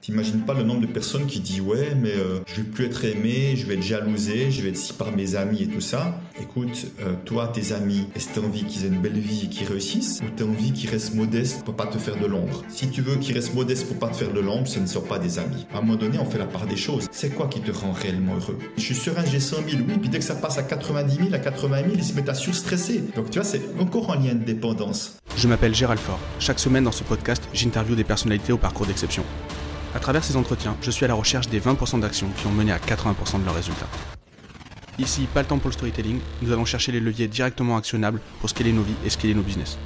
T'imagines pas le nombre de personnes qui disent ouais mais je vais plus être aimé, je vais être jalousé, je vais être si par mes amis et tout ça. Écoute, toi tes amis, est-ce que t'as envie qu'ils aient une belle vie et qu'ils réussissent, ou t'as envie qu'ils restent modestes pour pas te faire de l'ombre? Si tu veux qu'ils restent modestes pour pas te faire de l'ombre, ce ne sont pas des amis. À un moment donné, on fait la part des choses. C'est quoi qui te rend réellement heureux? Je suis serein, j'ai 100 000, oui, puis dès que ça passe à 90 000, à 80 000, ils se mettent à surstresser. Donc tu vois, c'est encore un lien de dépendance. Je m'appelle Gérald Faure. Chaque semaine dans ce podcast, j'interviewe des personnalités au parcours d'exception. À travers ces entretiens, je suis à la recherche des 20% d'actions qui ont mené à 80% de leurs résultats. Ici, pas le temps pour le storytelling, nous allons chercher les leviers directement actionnables pour scaler nos vies et scaler nos business.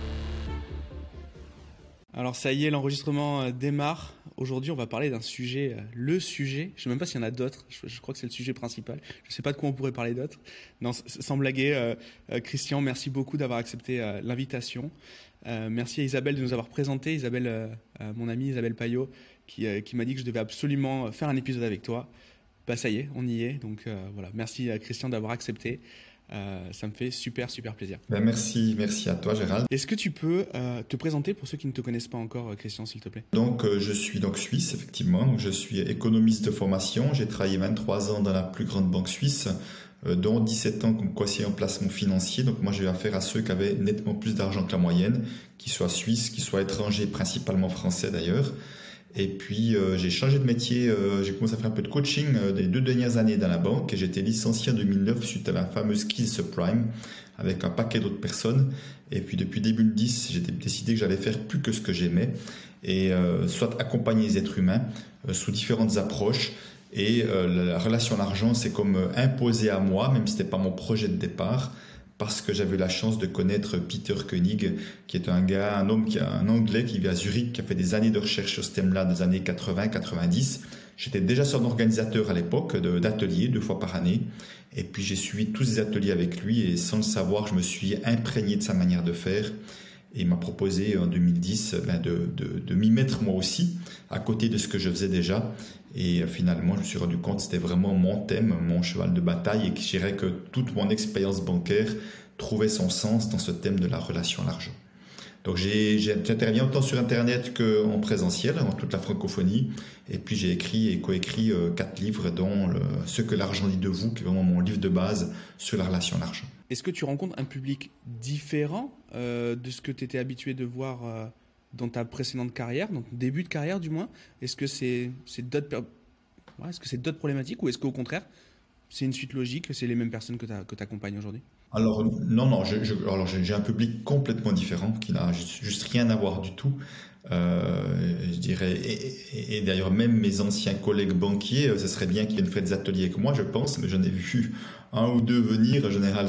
Alors ça y est, l'enregistrement démarre. Aujourd'hui, on va parler d'un sujet, le sujet, je ne sais même pas s'il y en a d'autres, je crois que c'est le sujet principal. Je ne sais pas de quoi on pourrait parler d'autres. Non, sans blaguer, Christian, merci beaucoup d'avoir accepté l'invitation. Merci à Isabelle de nous avoir présenté. Isabelle, mon amie Isabelle Payot, qui m'a dit que je devais absolument faire un épisode avec toi. Bah ça y est, on y est. Donc voilà, merci à Christian d'avoir accepté. Ça me fait super plaisir. Merci à toi Gérald. Est-ce que tu peux te présenter pour ceux qui ne te connaissent pas encore, Christian, s'il te plaît? Donc je suis suisse effectivement, donc je suis économiste de formation, j'ai travaillé 23 ans dans la plus grande banque suisse, dont 17 ans comme conseiller en placement financier. Donc moi j'ai eu affaire à ceux qui avaient nettement plus d'argent que la moyenne, qu'ils soient suisses, qu'ils soient étrangers, principalement français d'ailleurs. Et puis j'ai changé de métier, j'ai commencé à faire un peu de coaching les 2 dernières années dans la banque et j'ai été licencié en 2009 suite à la fameuse crise subprime avec un paquet d'autres personnes. Et puis depuis 2010, j'ai décidé que j'allais faire plus que ce que j'aimais et soit accompagner les êtres humains sous différentes approches. Et la relation à l'argent, c'est comme imposé à moi, même si c'était pas mon projet de départ, parce que j'avais eu la chance de connaître Peter Koenig, qui est un Anglais qui vit à Zurich, qui a fait des années de recherche sur ce thème-là des années 80-90. J'étais déjà son organisateur à l'époque d'ateliers 2 fois par année. Et puis j'ai suivi tous ces ateliers avec lui et sans le savoir, je me suis imprégné de sa manière de faire. Et il m'a proposé en 2010 de m'y mettre moi aussi, à côté de ce que je faisais déjà. Et finalement, je me suis rendu compte que c'était vraiment mon thème, mon cheval de bataille, et que je dirais que toute mon expérience bancaire trouvait son sens dans ce thème de la relation à l'argent. Donc j'interviens autant sur Internet qu'en présentiel, en toute la francophonie. Et puis j'ai écrit et coécrit 4 livres, dont Ce que l'argent dit de vous, qui est vraiment mon livre de base sur la relation à l'argent. Est-ce que tu rencontres un public différent de ce que tu étais habitué de voir dans ta précédente carrière, donc début de carrière du moins? Est-ce que c'est d'autres problématiques ou est-ce qu'au contraire, c'est une suite logique, c'est les mêmes personnes que tu accompagnes aujourd'hui? Alors non, j'ai un public complètement différent qui n'a juste rien à voir du tout. Je dirais, et d'ailleurs même mes anciens collègues banquiers, ce serait bien qu'ils viennent faire des ateliers avec moi, je pense, mais j'en ai vu 1 ou 2 venir en général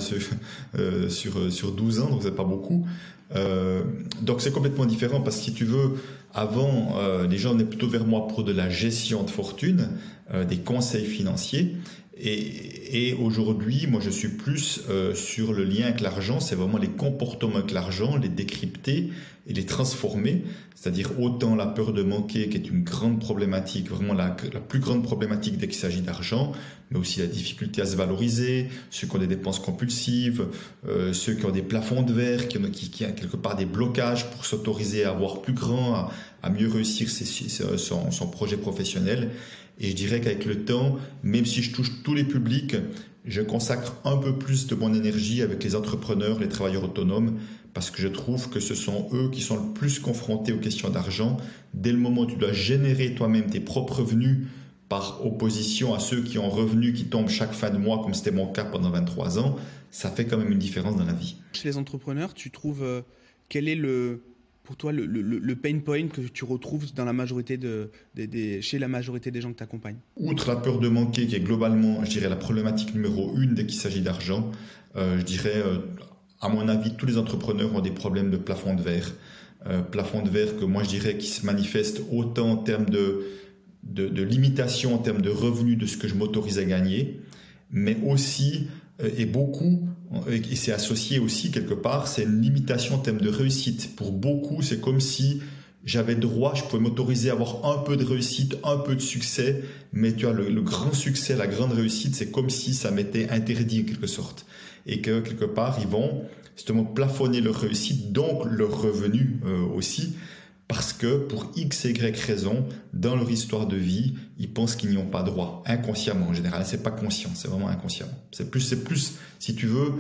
sur 12 ans, donc c'est pas beaucoup. Donc c'est complètement différent parce que si tu veux, avant les gens venaient plutôt vers moi pour de la gestion de fortune, des conseils financiers. Et aujourd'hui, moi je suis plus sur le lien avec l'argent, c'est vraiment les comportements avec l'argent, les décrypter et les transformer, c'est-à-dire autant la peur de manquer qui est une grande problématique, vraiment la plus grande problématique dès qu'il s'agit d'argent, mais aussi la difficulté à se valoriser, ceux qui ont des dépenses compulsives, ceux qui ont des plafonds de verre, qui ont quelque part des blocages pour s'autoriser à avoir plus grand, à mieux réussir son projet professionnel. Et je dirais qu'avec le temps, même si je touche tous les publics, je consacre un peu plus de mon énergie avec les entrepreneurs, les travailleurs autonomes, parce que je trouve que ce sont eux qui sont le plus confrontés aux questions d'argent. Dès le moment où tu dois générer toi-même tes propres revenus par opposition à ceux qui ont revenus qui tombent chaque fin de mois, comme c'était mon cas pendant 23 ans, ça fait quand même une différence dans la vie. Chez les entrepreneurs, tu trouves quel est pour toi le pain point que tu retrouves dans la majorité chez la majorité des gens que tu accompagnes? Outre la peur de manquer, qui est globalement, je dirais, la problématique numéro 1 dès qu'il s'agit d'argent, je dirais, à mon avis, tous les entrepreneurs ont des problèmes de plafond de verre. Plafond de verre que moi je dirais qui se manifeste autant en termes de limitation, en termes de revenus de ce que je m'autorise à gagner, mais aussi, et beaucoup, et c'est associé aussi quelque part, c'est une limitation en termes de réussite. Pour beaucoup, c'est comme si j'avais droit, je pouvais m'autoriser à avoir un peu de réussite, un peu de succès, mais tu vois, le grand succès, la grande réussite, c'est comme si ça m'était interdit en quelque sorte. Et que quelque part, ils vont justement plafonner leur réussite, donc leur revenu aussi, parce que pour X et Y raison, dans leur histoire de vie, ils pensent qu'ils n'y ont pas droit, inconsciemment en général. C'est pas conscient, c'est vraiment inconsciemment. C'est plus, si tu veux,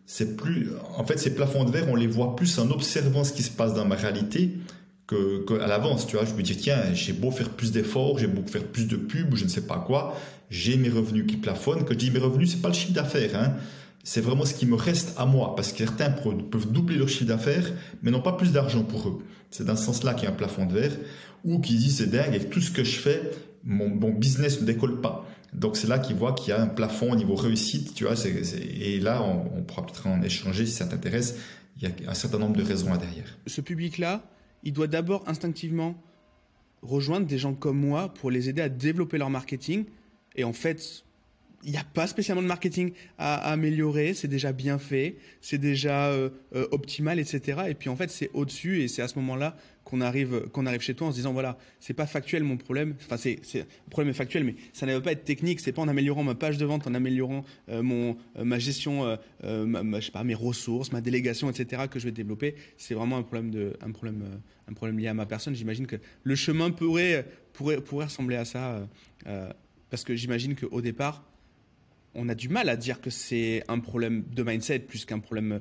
en fait, ces plafonds de verre, on les voit plus en observant ce qui se passe dans ma réalité qu'à l'avance, tu vois. Je me dis, tiens, j'ai beau faire plus d'efforts, j'ai beau faire plus de pubs, ou je ne sais pas quoi, j'ai mes revenus qui plafonnent. Quand je dis mes revenus, c'est pas le chiffre d'affaires, hein. C'est vraiment ce qui me reste à moi, parce que certains peuvent doubler leur chiffre d'affaires, mais n'ont pas plus d'argent pour eux. C'est dans ce sens-là qu'il y a un plafond de verre, ou qui disent, c'est dingue, avec tout ce que je fais, mon business ne décolle pas. Donc c'est là qu'ils voient qu'il y a un plafond au niveau réussite, tu vois. Et là, on pourra peut-être en échanger si ça t'intéresse. Il y a un certain nombre de raisons là derrière. Ce public-là, il doit d'abord instinctivement rejoindre des gens comme moi pour les aider à développer leur marketing. Et en fait, il n'y a pas spécialement de marketing à améliorer, c'est déjà bien fait, c'est déjà optimal, etc. Et puis en fait, c'est au-dessus et c'est à ce moment-là qu'on arrive chez toi en se disant voilà, c'est pas factuel mon problème. Enfin, le problème est factuel, mais ça ne va pas être technique. C'est pas en améliorant ma page de vente, en améliorant ma gestion, je sais pas, mes ressources, ma délégation, etc. que je vais développer. C'est vraiment un problème lié à ma personne. J'imagine que le chemin pourrait ressembler à ça parce que j'imagine qu'au départ on a du mal à dire que c'est un problème de mindset plus qu'un problème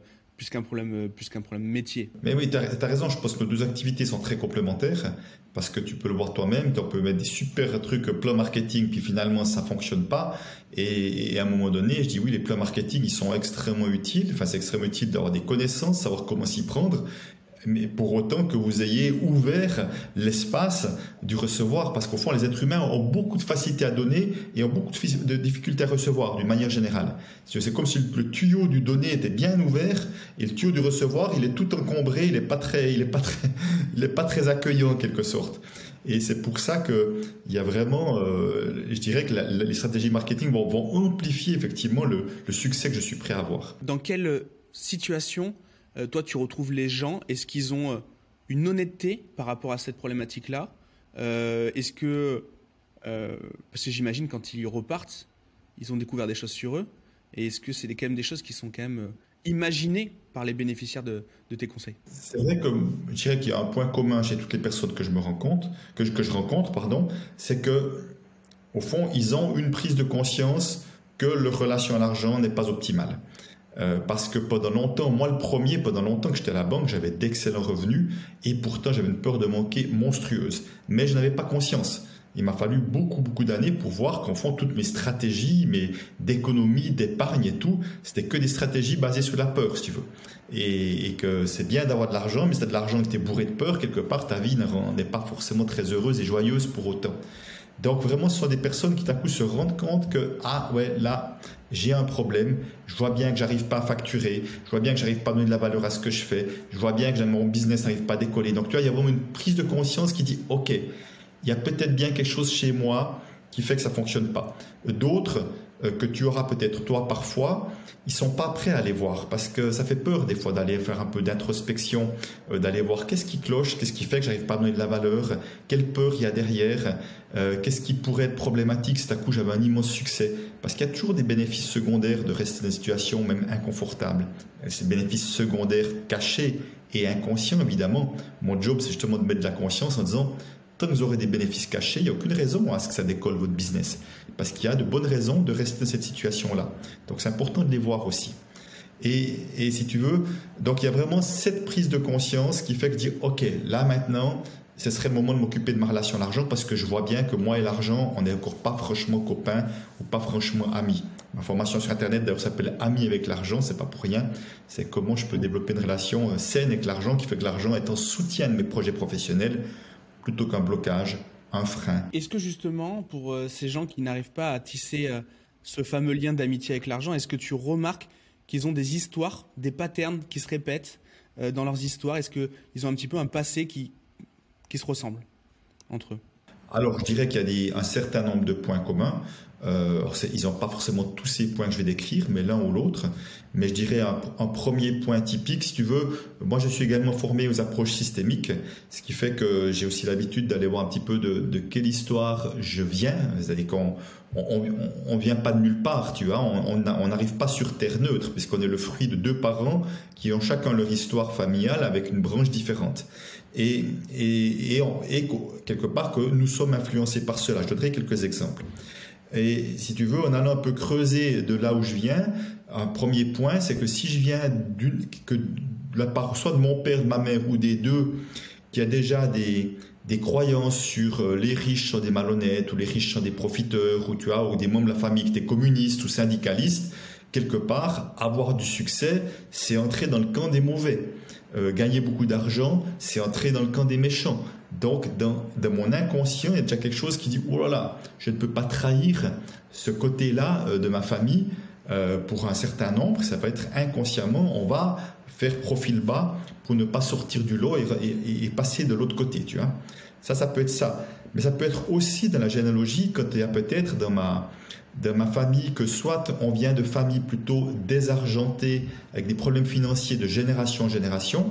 métier. Mais oui, tu as raison, je pense que nos deux activités sont très complémentaires parce que tu peux le voir toi-même, tu peux mettre des super trucs plan marketing puis finalement ça fonctionne pas et à un moment donné, je dis oui, les plans marketing, ils sont extrêmement utiles, enfin c'est extrêmement utile d'avoir des connaissances, savoir comment s'y prendre. Mais pour autant que vous ayez ouvert l'espace du recevoir, parce qu'au fond, les êtres humains ont beaucoup de facilité à donner et ont beaucoup de difficultés à recevoir, d'une manière générale. C'est comme si le tuyau du donner était bien ouvert et le tuyau du recevoir, il est tout encombré, il est pas très accueillant en quelque sorte. Et c'est pour ça que il y a vraiment, je dirais que les stratégies marketing vont amplifier effectivement le succès que je suis prêt à avoir. Dans quelle situation toi, tu retrouves les gens, est-ce qu'ils ont une honnêteté par rapport à cette problématique-là Est-ce que, parce que j'imagine quand ils repartent, ils ont découvert des choses sur eux, et est-ce que c'est quand même des choses qui sont quand même imaginées par les bénéficiaires de tes conseils? C'est vrai que je dirais qu'il y a un point commun chez toutes les personnes que je rencontre, c'est que au fond, ils ont une prise de conscience que leur relation à l'argent n'est pas optimale. Parce que pendant longtemps que j'étais à la banque, j'avais d'excellents revenus et pourtant j'avais une peur de manquer monstrueuse. Mais je n'avais pas conscience. Il m'a fallu beaucoup d'années pour voir qu'en fond, toutes mes stratégies, d'économie, d'épargne et tout, c'était que des stratégies basées sur la peur, si tu veux. Et que c'est bien d'avoir de l'argent, mais si tu as de l'argent et que tu es bourré de peur, quelque part, ta vie n'est pas forcément très heureuse et joyeuse pour autant. Donc vraiment, ce sont des personnes qui d'un coup se rendent compte que ah ouais, là j'ai un problème, je vois bien que j'arrive pas à facturer, je vois bien que j'arrive pas à donner de la valeur à ce que je fais, je vois bien que mon business n'arrive pas à décoller. Donc tu vois, il y a vraiment une prise de conscience qui dit ok, il y a peut-être bien quelque chose chez moi qui fait que ça fonctionne pas. D'autres que tu auras peut-être toi parfois, ils sont pas prêts à aller voir parce que ça fait peur des fois d'aller faire un peu d'introspection, d'aller voir qu'est-ce qui cloche, qu'est-ce qui fait que j'arrive pas à donner de la valeur, quelle peur il y a derrière, qu'est-ce qui pourrait être problématique si à coup j'avais un immense succès, parce qu'il y a toujours des bénéfices secondaires de rester dans une situation même inconfortable. Ces bénéfices secondaires cachés et inconscients évidemment. Mon job c'est justement de mettre de la conscience en disant tant que vous aurez des bénéfices cachés, il n'y a aucune raison à ce que ça décolle votre business. Parce qu'il y a de bonnes raisons de rester dans cette situation-là. Donc c'est important de les voir aussi. Et si tu veux, donc il y a vraiment cette prise de conscience qui fait que dire ok, là maintenant, ce serait le moment de m'occuper de ma relation à l'argent parce que je vois bien que moi et l'argent, on n'est encore pas franchement copains ou pas franchement amis. Ma formation sur Internet d'ailleurs s'appelle Amis avec l'argent, c'est pas pour rien. C'est comment je peux développer une relation saine avec l'argent qui fait que l'argent est en soutien de mes projets professionnels plutôt qu'un blocage, un frein. Est-ce que justement, pour ces gens qui n'arrivent pas à tisser ce fameux lien d'amitié avec l'argent, est-ce que tu remarques qu'ils ont des histoires, des patterns qui se répètent dans leurs histoires? Est-ce qu'ils ont un petit peu un passé qui se ressemble entre eux? Alors, je dirais qu'il y a un certain nombre de points communs. Ils n'ont pas forcément tous ces points que je vais décrire, mais l'un ou l'autre. Mais je dirais un premier point typique, si tu veux. Moi, je suis également formé aux approches systémiques, ce qui fait que j'ai aussi l'habitude d'aller voir un petit peu de quelle histoire je viens. C'est-à-dire qu'on vient pas de nulle part, tu vois. On n'arrive pas sur terre neutre, puisqu'on est le fruit de deux parents qui ont chacun leur histoire familiale avec une branche différente. et quelque part que nous sommes influencés par cela. Je donnerai quelques exemples. Et si tu veux, en allant un peu creuser de là où je viens, un premier point, c'est que si je viens de la part soit de mon père, de ma mère ou des deux, qui a déjà des croyances sur les riches sont des malhonnêtes ou les riches sont des profiteurs ou des membres de la famille qui étaient communistes ou syndicalistes, quelque part, avoir du succès, c'est entrer dans le camp des mauvais. Gagner beaucoup d'argent, c'est entrer dans le camp des méchants. Donc, dans mon inconscient, il y a déjà quelque chose qui dit « Oh là là, je ne peux pas trahir ce côté-là de ma famille pour un certain nombre. » Ça va être inconsciemment, on va faire profil bas pour ne pas sortir du lot et passer de l'autre côté, tu vois. Ça peut être ça. Mais ça peut être aussi dans la généalogie, quand il y a peut-être dans ma famille que soit on vient de familles plutôt désargentées, avec des problèmes financiers de génération en génération,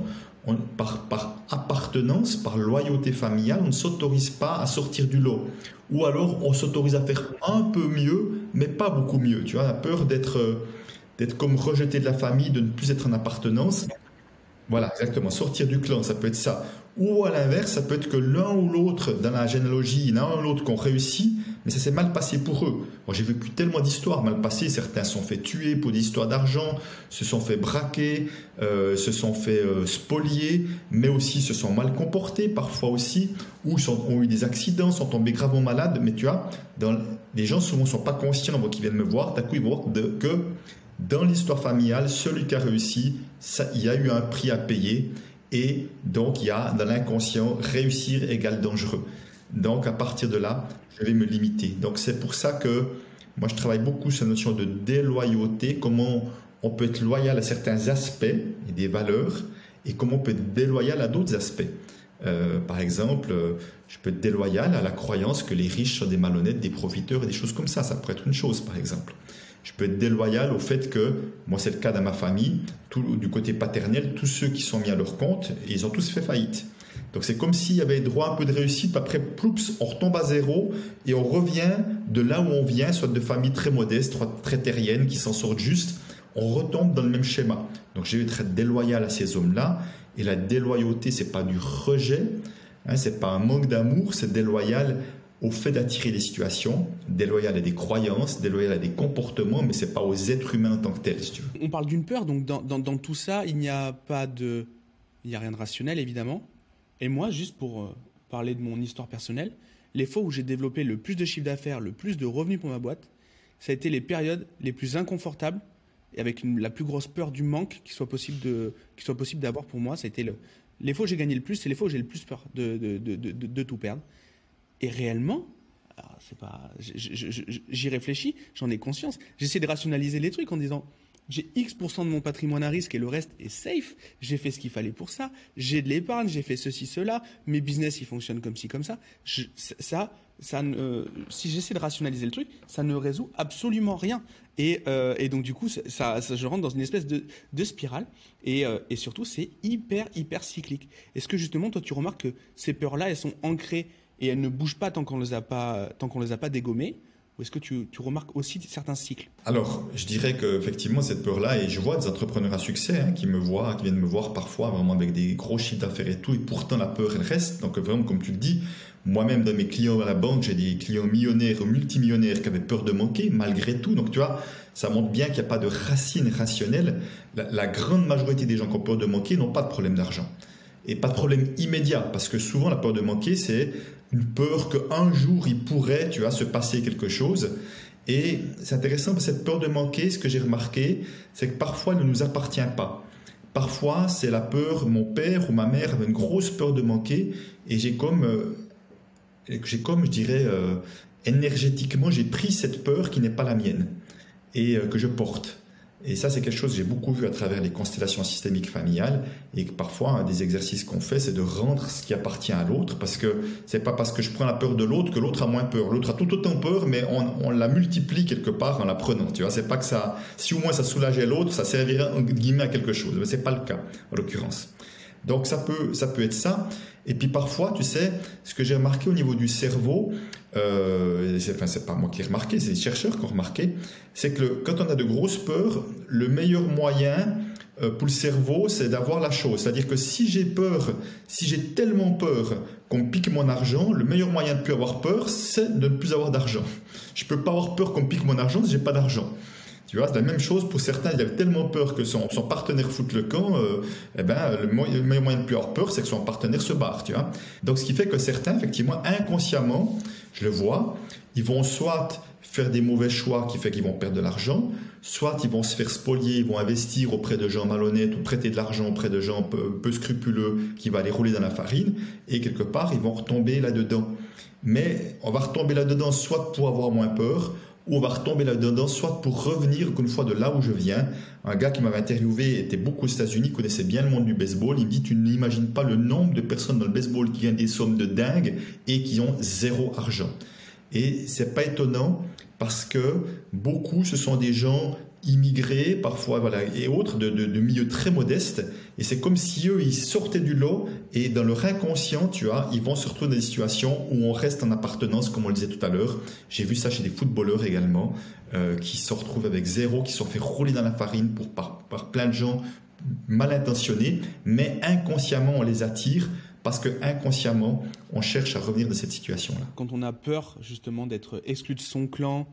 par appartenance, par loyauté familiale, on ne s'autorise pas à sortir du lot. Ou alors on s'autorise à faire un peu mieux, mais pas beaucoup mieux. Tu vois, la peur d'être comme rejeté de la famille, de ne plus être en appartenance. Voilà, exactement. Sortir du clan, ça peut être ça. Ou à l'inverse, ça peut être que l'un ou l'autre, dans la généalogie, l'un ou l'autre qu'on réussit, mais ça s'est mal passé pour eux. Moi, j'ai vécu tellement d'histoires mal passées. Certains se sont fait tuer pour des histoires d'argent, se sont fait braquer, se sont fait spolier, mais aussi se sont mal comportés parfois aussi, ou ont eu des accidents, sont tombés gravement malades. Mais tu vois, les gens souvent ne sont pas conscients, qui viennent me voir, d'un coup ils voient que dans l'histoire familiale, celui qui a réussi, il y a eu un prix à payer. Et donc, il y a dans l'inconscient, réussir égale dangereux. Donc, à partir de là, je vais me limiter. Donc, c'est pour ça que moi, je travaille beaucoup sur la notion de déloyauté, comment on peut être loyal à certains aspects et des valeurs, et comment on peut être déloyal à d'autres aspects. Par exemple, je peux être déloyal à la croyance que les riches sont des malhonnêtes, des profiteurs et des choses comme ça. Ça pourrait être une chose, par exemple. Je peux être déloyal au fait que, moi c'est le cas dans ma famille, du côté paternel, tous ceux qui sont mis à leur compte, ils ont tous fait faillite. Donc c'est comme s'il y avait droit à un peu de réussite, après, ploups, on retombe à zéro et on revient de là où on vient, soit de familles très modestes, très terriennes, qui s'en sortent juste, on retombe dans le même schéma. Donc je vais être déloyal à ces hommes-là, et la déloyauté, c'est pas du rejet, c'est pas un manque d'amour, c'est déloyal au fait d'attirer des situations, déloyal à des croyances, déloyal à des comportements, mais c'est pas aux êtres humains en tant que tels, si tu veux. On parle d'une peur, donc dans tout ça, il n'y a rien de rationnel, évidemment. Et moi, juste pour parler de mon histoire personnelle, les fois où j'ai développé le plus de chiffre d'affaires, le plus de revenus pour ma boîte, ça a été les périodes les plus inconfortables et avec la plus grosse peur du manque qui soit possible d'avoir pour moi. Ça a été les fois où j'ai gagné le plus, c'est les fois où j'ai le plus peur de tout perdre. Et réellement, j'y réfléchis, j'en ai conscience. J'essaie de rationaliser les trucs en disant j'ai X% de mon patrimoine à risque et le reste est safe. J'ai fait ce qu'il fallait pour ça. J'ai de l'épargne, j'ai fait ceci, cela. Mes business, ils fonctionnent comme ci, comme ça. Si j'essaie de rationaliser le truc, ça ne résout absolument rien. Et donc, du coup, je rentre dans une espèce de spirale. Et surtout, c'est hyper cyclique. Est-ce que justement, toi, tu remarques que ces peurs-là, elles sont ancrées et elles ne bougent pas tant qu'on les a pas dégommées? Ou est-ce que tu remarques aussi certains cycles? Alors, je dirais qu'effectivement, cette peur-là, et je vois des entrepreneurs à succès qui viennent me voir parfois vraiment avec des gros chiffres d'affaires et tout, et pourtant la peur, elle reste. Donc vraiment, comme tu le dis, moi-même, dans mes clients à la banque, j'ai des clients millionnaires ou multimillionnaires qui avaient peur de manquer, malgré tout. Donc tu vois, ça montre bien qu'il n'y a pas de racine rationnelle. La grande majorité des gens qui ont peur de manquer n'ont pas de problème d'argent. Et pas de problème immédiat, parce que souvent, la peur de manquer, c'est une peur qu'un jour, il pourrait, se passer quelque chose. Et c'est intéressant, parce que cette peur de manquer, ce que j'ai remarqué, c'est que parfois, elle ne nous appartient pas. Parfois, c'est la peur, mon père ou ma mère avait une grosse peur de manquer, et j'ai comme, je dirais, énergétiquement, j'ai pris cette peur qui n'est pas la mienne, et que je porte. Et ça, c'est quelque chose que j'ai beaucoup vu à travers les constellations systémiques familiales, et que parfois, un des exercices qu'on fait, c'est de rendre ce qui appartient à l'autre, parce que c'est pas parce que je prends la peur de l'autre que l'autre a moins peur. L'autre a tout autant peur, mais on la multiplie quelque part en la prenant. Tu vois, c'est pas que ça, si au moins ça soulageait l'autre, ça servirait en guillemets à quelque chose. Mais c'est pas le cas, en l'occurrence. Donc ça peut être ça. Et puis parfois, tu sais, ce que j'ai remarqué au niveau du cerveau, c'est pas moi qui ai remarqué, c'est les chercheurs qui ont remarqué, c'est que quand on a de grosses peurs, le meilleur moyen pour le cerveau, c'est d'avoir la chose. C'est-à-dire que si j'ai peur, si j'ai tellement peur qu'on me pique mon argent, le meilleur moyen de ne plus avoir peur, c'est de ne plus avoir d'argent. Je ne peux pas avoir peur qu'on me pique mon argent si je n'ai pas d'argent. Tu vois, c'est la même chose pour certains. Ils avaient tellement peur que son partenaire foute le camp. Le meilleur moyen de ne plus avoir peur, c'est que son partenaire se barre. Tu vois. Donc, ce qui fait que certains, effectivement, inconsciemment, je le vois, ils vont soit faire des mauvais choix qui fait qu'ils vont perdre de l'argent, soit ils vont se faire spolier, ils vont investir auprès de gens malhonnêtes ou prêter de l'argent auprès de gens peu scrupuleux qui va les rouler dans la farine, et quelque part, ils vont retomber là-dedans. Mais on va retomber là-dedans soit pour avoir moins peur, ou on va retomber là-dedans soit pour revenir une fois de là où je viens. Un gars qui m'avait interviewé était beaucoup aux États-Unis, connaissait bien le monde du baseball. Il me dit, tu n'imagines pas le nombre de personnes dans le baseball qui gagnent des sommes de dingue et qui ont zéro argent. Et c'est pas étonnant parce que beaucoup, ce sont des gens immigrés, parfois, voilà, et autres, de milieux très modestes. Et c'est comme si eux, ils sortaient du lot et dans leur inconscient, tu vois, ils vont se retrouver dans des situations où on reste en appartenance, comme on le disait tout à l'heure. J'ai vu ça chez des footballeurs également, qui se retrouvent avec zéro, qui se sont fait rouler dans la farine par plein de gens mal intentionnés, mais inconsciemment, on les attire. Parce que inconsciemment, on cherche à revenir de cette situation-là. Quand on a peur justement d'être exclu de son clan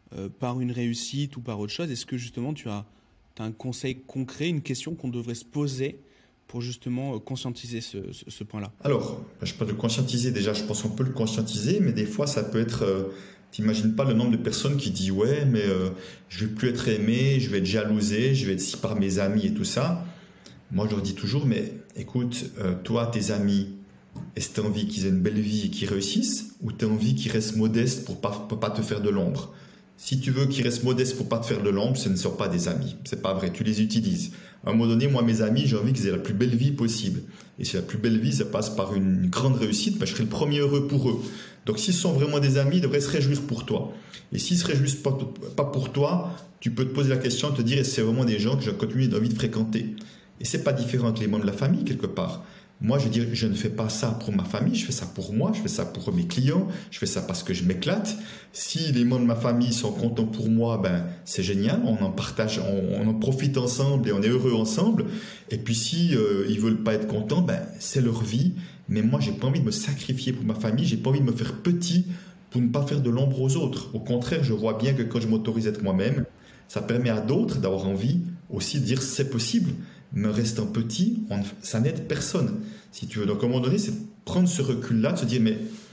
par une réussite ou par autre chose, est-ce que justement tu as un conseil concret, une question qu'on devrait se poser pour justement conscientiser ce point-là? Alors, je peux le conscientiser déjà, je pense qu'on peut le conscientiser, mais des fois ça peut être... T'imagines pas le nombre de personnes qui disent « Ouais, mais je vais plus être aimé, je vais être jalousé, je vais être si par mes amis et tout ça ». Moi, je leur dis toujours, mais écoute, toi, tes amis, est-ce que tu as envie qu'ils aient une belle vie et qu'ils réussissent, ou tu as envie qu'ils restent modestes pour pas te faire de l'ombre? Si tu veux qu'ils restent modestes pour pas te faire de l'ombre, ce ne sont pas des amis. C'est pas vrai, tu les utilises. À un moment donné, moi, mes amis, j'ai envie qu'ils aient la plus belle vie possible. Et si la plus belle vie, ça passe par une grande réussite, je serai le premier heureux pour eux. Donc, s'ils sont vraiment des amis, ils devraient se réjouir pour toi. Et s'ils se réjouissent pas pour toi, tu peux te poser la question, te dire, est-ce que c'est vraiment des gens que j'ai continué d'envie de fréquenter? Et c'est pas différent que les membres de la famille, quelque part. Moi, je veux dire, je ne fais pas ça pour ma famille, je fais ça pour moi, je fais ça pour mes clients, je fais ça parce que je m'éclate. Si les membres de ma famille sont contents pour moi, c'est génial, on en partage, on en profite ensemble et on est heureux ensemble. Et puis si ils veulent pas être contents, c'est leur vie. Mais moi, j'ai pas envie de me sacrifier pour ma famille, j'ai pas envie de me faire petit pour ne pas faire de l'ombre aux autres. Au contraire, je vois bien que quand je m'autorise à être moi-même, ça permet à d'autres d'avoir envie aussi de dire c'est possible. Me restant petit, ça n'aide personne, si tu veux. Donc, à un moment donné, c'est prendre ce recul-là, de se dire, mais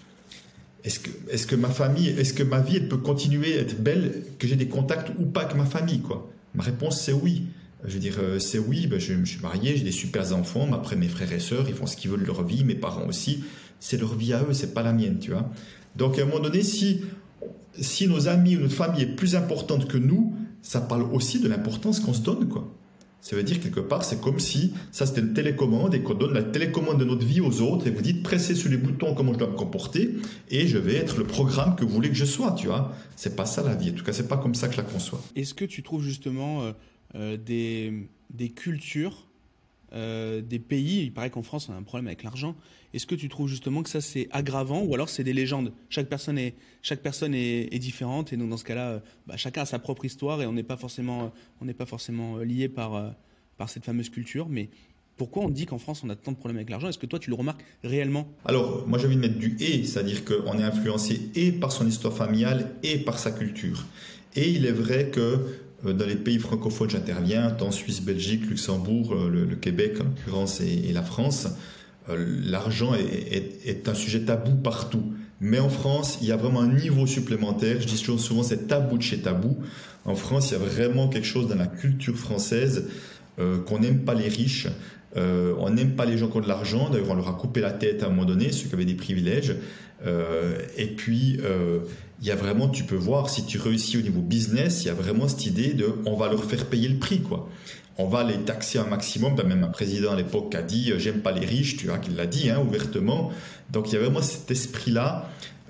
est-ce que ma famille, est-ce que ma vie, elle peut continuer à être belle, que j'ai des contacts ou pas avec ma famille, quoi? Ma réponse, c'est oui. Je veux dire, c'est oui, je me suis marié, j'ai des super enfants, mais après mes frères et sœurs, ils font ce qu'ils veulent de leur vie, mes parents aussi. C'est leur vie à eux, c'est pas la mienne, tu vois. Donc, à un moment donné, si nos amis ou notre famille est plus importante que nous, ça parle aussi de l'importance qu'on se donne, quoi. Ça veut dire quelque part, c'est comme si ça c'était une télécommande et qu'on donne la télécommande de notre vie aux autres et vous dites pressez sur les boutons comment je dois me comporter et je vais être le programme que vous voulez que je sois, tu vois. C'est pas ça la vie, en tout cas c'est pas comme ça que je la conçois. Est-ce que tu trouves justement des cultures, des pays, il paraît qu'en France on a un problème avec l'argent, est-ce que tu trouves justement que ça c'est aggravant ou alors c'est des légendes? Chaque personne est différente et donc dans ce cas-là, chacun a sa propre histoire et on n'est pas forcément lié par cette fameuse culture. Mais pourquoi on dit qu'en France on a tant de problèmes avec l'argent? Est-ce que toi tu le remarques réellement? Alors moi j'ai envie de mettre du « et », c'est-à-dire qu'on est influencé et par son histoire familiale et par sa culture. Et il est vrai que dans les pays francophones j'interviens, tant Suisse, Belgique, Luxembourg, le Québec en l'occurrence et la France, l'argent est un sujet tabou partout. Mais en France, il y a vraiment un niveau supplémentaire. Je dis souvent c'est tabou de chez tabou. En France, il y a vraiment quelque chose dans la culture française qu'on n'aime pas les riches. On n'aime pas les gens qui ont de l'argent. D'ailleurs, on leur a coupé la tête à un moment donné, ceux qui avaient des privilèges. Et puis, il y a vraiment, tu peux voir, si tu réussis au niveau business, il y a vraiment cette idée de on va leur faire payer le prix, quoi. On va les taxer un maximum. Même un président à l'époque a dit « j'aime pas les riches », tu vois, qu'il l'a dit ouvertement. Donc il y a vraiment cet esprit-là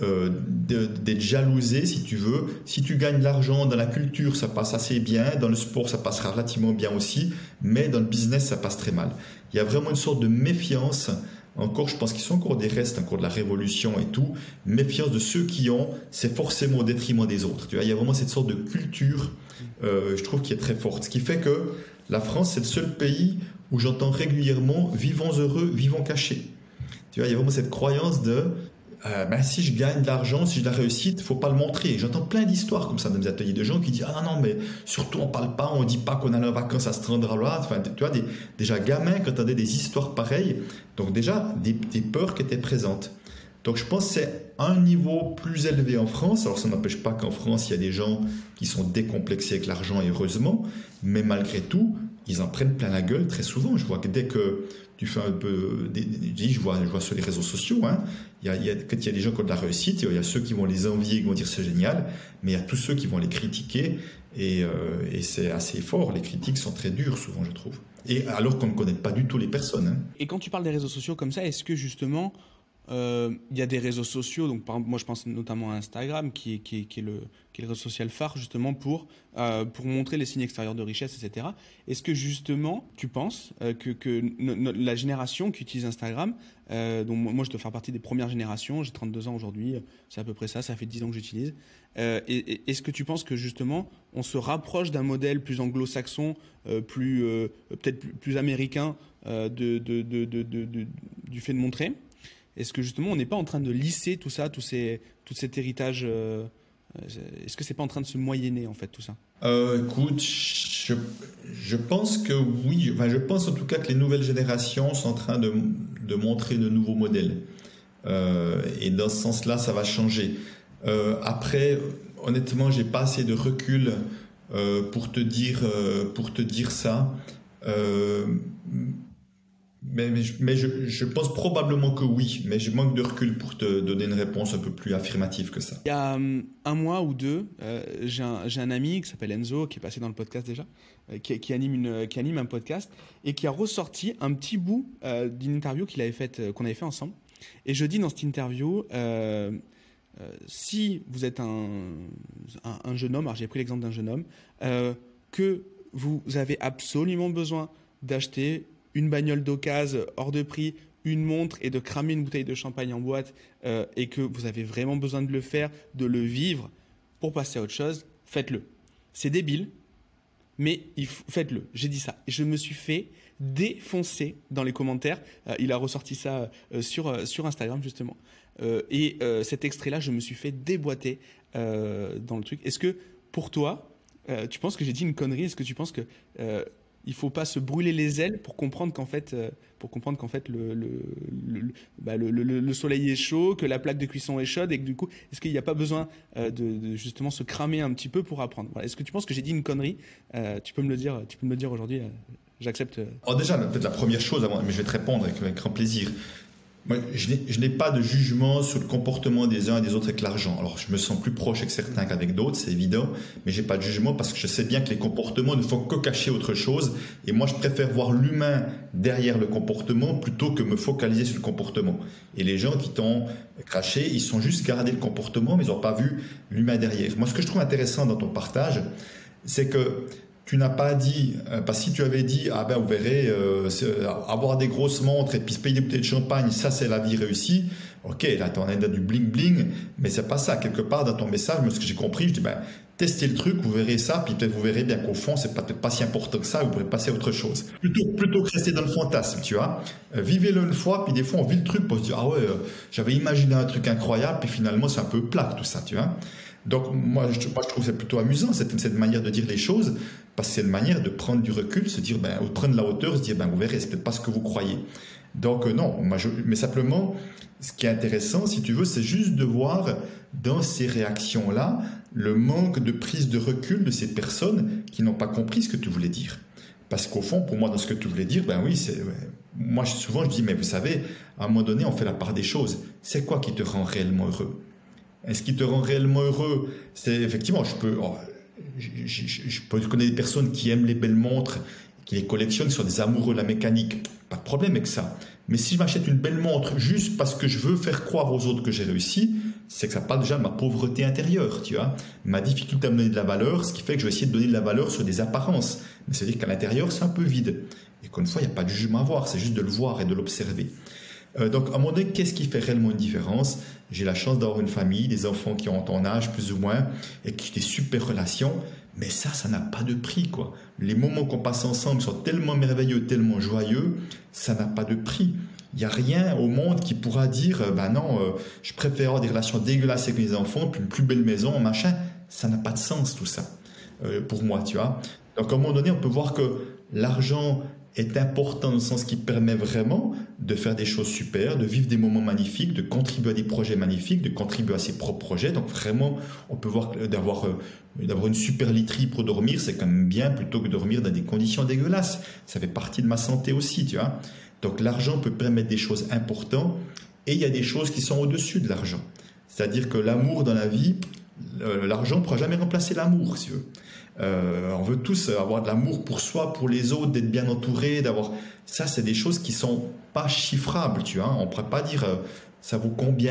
d'être jalousé, si tu veux. Si tu gagnes de l'argent dans la culture, ça passe assez bien. Dans le sport, ça passe relativement bien aussi. Mais dans le business, ça passe très mal. Il y a vraiment une sorte de méfiance. Encore, je pense qu'ils sont encore des restes, encore de la révolution et tout. Méfiance de ceux qui ont, c'est forcément au détriment des autres. Tu vois, il y a vraiment cette sorte de culture, je trouve, qui est très forte. Ce qui fait que La France, c'est le seul pays où j'entends régulièrement « vivons heureux, vivons cachés ». Tu vois, il y a vraiment cette croyance de si je gagne de l'argent, si j'ai de la réussite, il ne faut pas le montrer. J'entends plein d'histoires comme ça dans mes ateliers de gens qui disent « Ah non, mais surtout on ne parle pas, on ne dit pas qu'on a nos vacances à se rendre là. » Enfin, tu vois, déjà gamins, quand tu entendais des histoires pareilles, donc déjà des peurs qui étaient présentes. Donc je pense que c'est un niveau plus élevé en France. Alors ça n'empêche pas qu'en France, il y a des gens qui sont décomplexés avec l'argent, et heureusement, mais malgré tout, ils en prennent plein la gueule très souvent. Je vois que dès que tu fais un peu... je vois sur les réseaux sociaux, hein, quand il y a des gens qui ont de la réussite, il y a ceux qui vont les envier, qui vont dire c'est génial, mais il y a tous ceux qui vont les critiquer, et c'est assez fort. Les critiques sont très dures souvent, je trouve. Et alors qu'on ne connaît pas du tout les personnes. Hein. Et quand tu parles des réseaux sociaux comme ça, est-ce que justement... il y a des réseaux sociaux, donc par exemple, moi je pense notamment à Instagram qui est le réseau social phare justement pour montrer les signes extérieurs de richesse, etc. Est-ce que justement tu penses que la génération qui utilise Instagram, donc moi je dois faire partie des premières générations, j'ai 32 ans aujourd'hui, c'est à peu près ça fait 10 ans que j'utilise, est-ce que tu penses que justement on se rapproche d'un modèle plus anglo-saxon, peut-être plus américain du fait de montrer? Est-ce que justement on n'est pas en train de lisser tout ça, tout cet héritage est-ce que c'est pas en train de se moyenner en fait tout ça? Écoute, je pense que oui. Enfin, je pense en tout cas que les nouvelles générations sont en train de montrer de nouveaux modèles. Et dans ce sens-là, ça va changer. Après, honnêtement, j'ai pas assez de recul pour te dire ça. Mais je pense probablement que oui, mais je manque de recul pour te donner une réponse un peu plus affirmative que ça. Il y a un mois ou deux, j'ai un ami qui s'appelle Enzo, qui est passé dans le podcast déjà, qui anime un podcast et qui a ressorti un petit bout d'une interview qu'on avait fait ensemble. Et je dis dans cette interview, si vous êtes un jeune homme, alors j'ai pris l'exemple d'un jeune homme, que vous avez absolument besoin d'acheter une bagnole d'occasion hors de prix, une montre et de cramer une bouteille de champagne en boîte et que vous avez vraiment besoin de le faire, de le vivre pour passer à autre chose, faites-le. C'est débile, mais faites-le. J'ai dit ça. Et je me suis fait défoncer dans les commentaires. Il a ressorti ça sur Instagram justement. Et cet extrait-là, je me suis fait déboîter dans le truc. Est-ce que pour toi, tu penses que j'ai dit une connerie? Est-ce que tu penses que... il faut pas se brûler les ailes pour comprendre qu'en fait, le soleil est chaud, que la plaque de cuisson est chaude et que du coup, est-ce qu'il n'y a pas besoin de justement se cramer un petit peu pour apprendre? Voilà. Est-ce que tu penses que j'ai dit une connerie? Tu peux me le dire aujourd'hui. J'accepte. Alors déjà, peut-être la première chose, mais je vais te répondre avec grand plaisir. Moi, je n'ai pas de jugement sur le comportement des uns et des autres avec l'argent. Alors, je me sens plus proche avec certains qu'avec d'autres, c'est évident, mais j'ai pas de jugement parce que je sais bien que les comportements ne font que cacher autre chose. Et moi, je préfère voir l'humain derrière le comportement plutôt que me focaliser sur le comportement. Et les gens qui t'ont craché, ils sont juste gardés le comportement, mais ils n'ont pas vu l'humain derrière. Moi, ce que je trouve intéressant dans ton partage, c'est que tu n'as pas dit, parce que si tu avais dit, ah ben vous verrez, avoir des grosses montres et puis se payer des bouteilles de champagne, ça c'est la vie réussie. Ok, là tu en as du bling bling, mais c'est pas ça. Quelque part dans ton message, moi ce que j'ai compris, je dis ben testez le truc, vous verrez ça, puis peut-être vous verrez bien qu'au fond c'est peut-être pas si important que ça, vous pourrez passer à autre chose. Plutôt que rester dans le fantasme, tu vois. Vivez-le une fois, puis des fois on vit le truc pour se dire ah ouais, j'avais imaginé un truc incroyable, puis finalement c'est un peu plat tout ça, tu vois. Donc moi je trouve que c'est plutôt amusant cette manière de dire les choses, parce que c'est une manière de prendre du recul, se dire ou de prendre la hauteur, se dire vous verrez, c'est peut-être pas ce que vous croyez. Donc non, mais simplement ce qui est intéressant, si tu veux, c'est juste de voir dans ces réactions-là le manque de prise de recul de ces personnes qui n'ont pas compris ce que tu voulais dire. Parce qu'au fond, pour moi, dans ce que tu voulais dire, moi souvent je dis mais vous savez, à un moment donné, on fait la part des choses. C'est quoi qui te rend réellement heureux? Est-ce qui te rend réellement heureux? C'est effectivement, je connais des personnes qui aiment les belles montres, qui les collectionnent, qui sont des amoureux de la mécanique. Pas de problème avec ça. Mais si je m'achète une belle montre juste parce que je veux faire croire aux autres que j'ai réussi, c'est que ça parle déjà de ma pauvreté intérieure, tu vois. Ma difficulté à me donner de la valeur, ce qui fait que je vais essayer de donner de la valeur sur des apparences. Mais c'est-à-dire qu'à l'intérieur, c'est un peu vide. Et qu'une fois, il n'y a pas de jugement à avoir, c'est juste de le voir et de l'observer. Donc, à un moment donné, qu'est-ce qui fait réellement une différence? J'ai la chance d'avoir une famille, des enfants qui ont ton âge, plus ou moins, et qui ont des super relations. Mais ça n'a pas de prix, quoi. Les moments qu'on passe ensemble sont tellement merveilleux, tellement joyeux, ça n'a pas de prix. Il n'y a rien au monde qui pourra dire, ben non, je préfère avoir des relations dégueulasses avec mes enfants, puis une plus belle maison, machin. Ça n'a pas de sens, tout ça, pour moi, tu vois. Donc, à un moment donné, on peut voir que l'argent est important dans le sens qu'il permet vraiment de faire des choses super, de vivre des moments magnifiques, de contribuer à des projets magnifiques, de contribuer à ses propres projets. Donc vraiment, on peut voir que d'avoir une super literie pour dormir, c'est quand même bien plutôt que de dormir dans des conditions dégueulasses. Ça fait partie de ma santé aussi, tu vois. Donc l'argent peut permettre des choses importantes et il y a des choses qui sont au-dessus de l'argent. C'est-à-dire que l'amour dans la vie, l'argent ne pourra jamais remplacer l'amour, si tu veux. On veut tous avoir de l'amour pour soi, pour les autres, d'être bien entouré, d'avoir. Ça, c'est des choses qui sont pas chiffrables, tu vois. On pourrait pas dire ça vaut combien,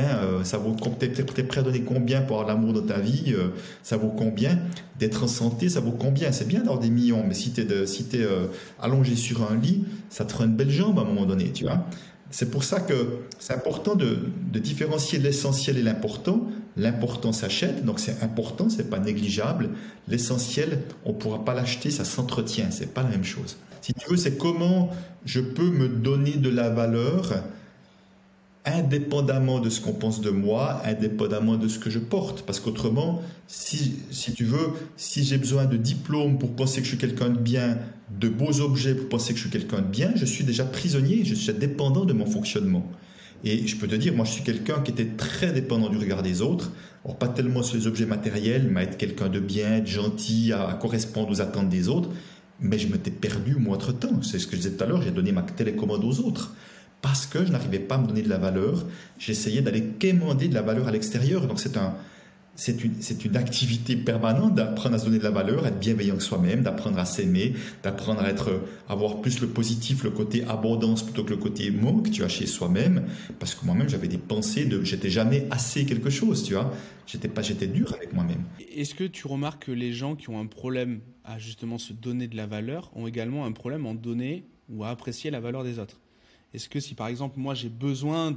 t'es prêt à donner combien pour avoir l'amour dans ta vie, ça vaut combien d'être en santé, ça vaut combien. C'est bien d'avoir des millions, mais si t'es allongé sur un lit, ça te fera une belle jambe à un moment donné, tu vois. C'est pour ça que c'est important de différencier l'essentiel et l'important. L'important s'achète, donc c'est important, c'est pas négligeable. L'essentiel, on pourra pas l'acheter, ça s'entretient, c'est pas la même chose. Si tu veux, c'est comment je peux me donner de la valeur indépendamment de ce qu'on pense de moi, indépendamment de ce que je porte. Parce qu'autrement, si tu veux, si j'ai besoin de diplômes pour penser que je suis quelqu'un de bien, de beaux objets pour penser que je suis quelqu'un de bien, je suis déjà prisonnier, je suis dépendant de mon fonctionnement. Et je peux te dire, moi je suis quelqu'un qui était très dépendant du regard des autres, alors pas tellement sur les objets matériels, mais à être quelqu'un de bien, de gentil, à correspondre aux attentes des autres, mais je m'étais perdu moi entre-temps. C'est ce que je disais tout à l'heure, j'ai donné ma télécommande aux autres. Parce que je n'arrivais pas à me donner de la valeur, j'essayais d'aller quémander de la valeur à l'extérieur. Donc c'est une activité permanente d'apprendre à se donner de la valeur, à être bienveillant avec soi-même, d'apprendre à s'aimer, d'apprendre à avoir plus le positif, le côté abondance plutôt que le côté manque, tu vois, chez soi-même. Parce que moi-même, j'avais des pensées de j'étais jamais assez quelque chose, tu vois. J'étais dur avec moi-même. Est-ce que tu remarques que les gens qui ont un problème à justement se donner de la valeur ont également un problème à donner ou à apprécier la valeur des autres? Est-ce que si par exemple moi j'ai besoin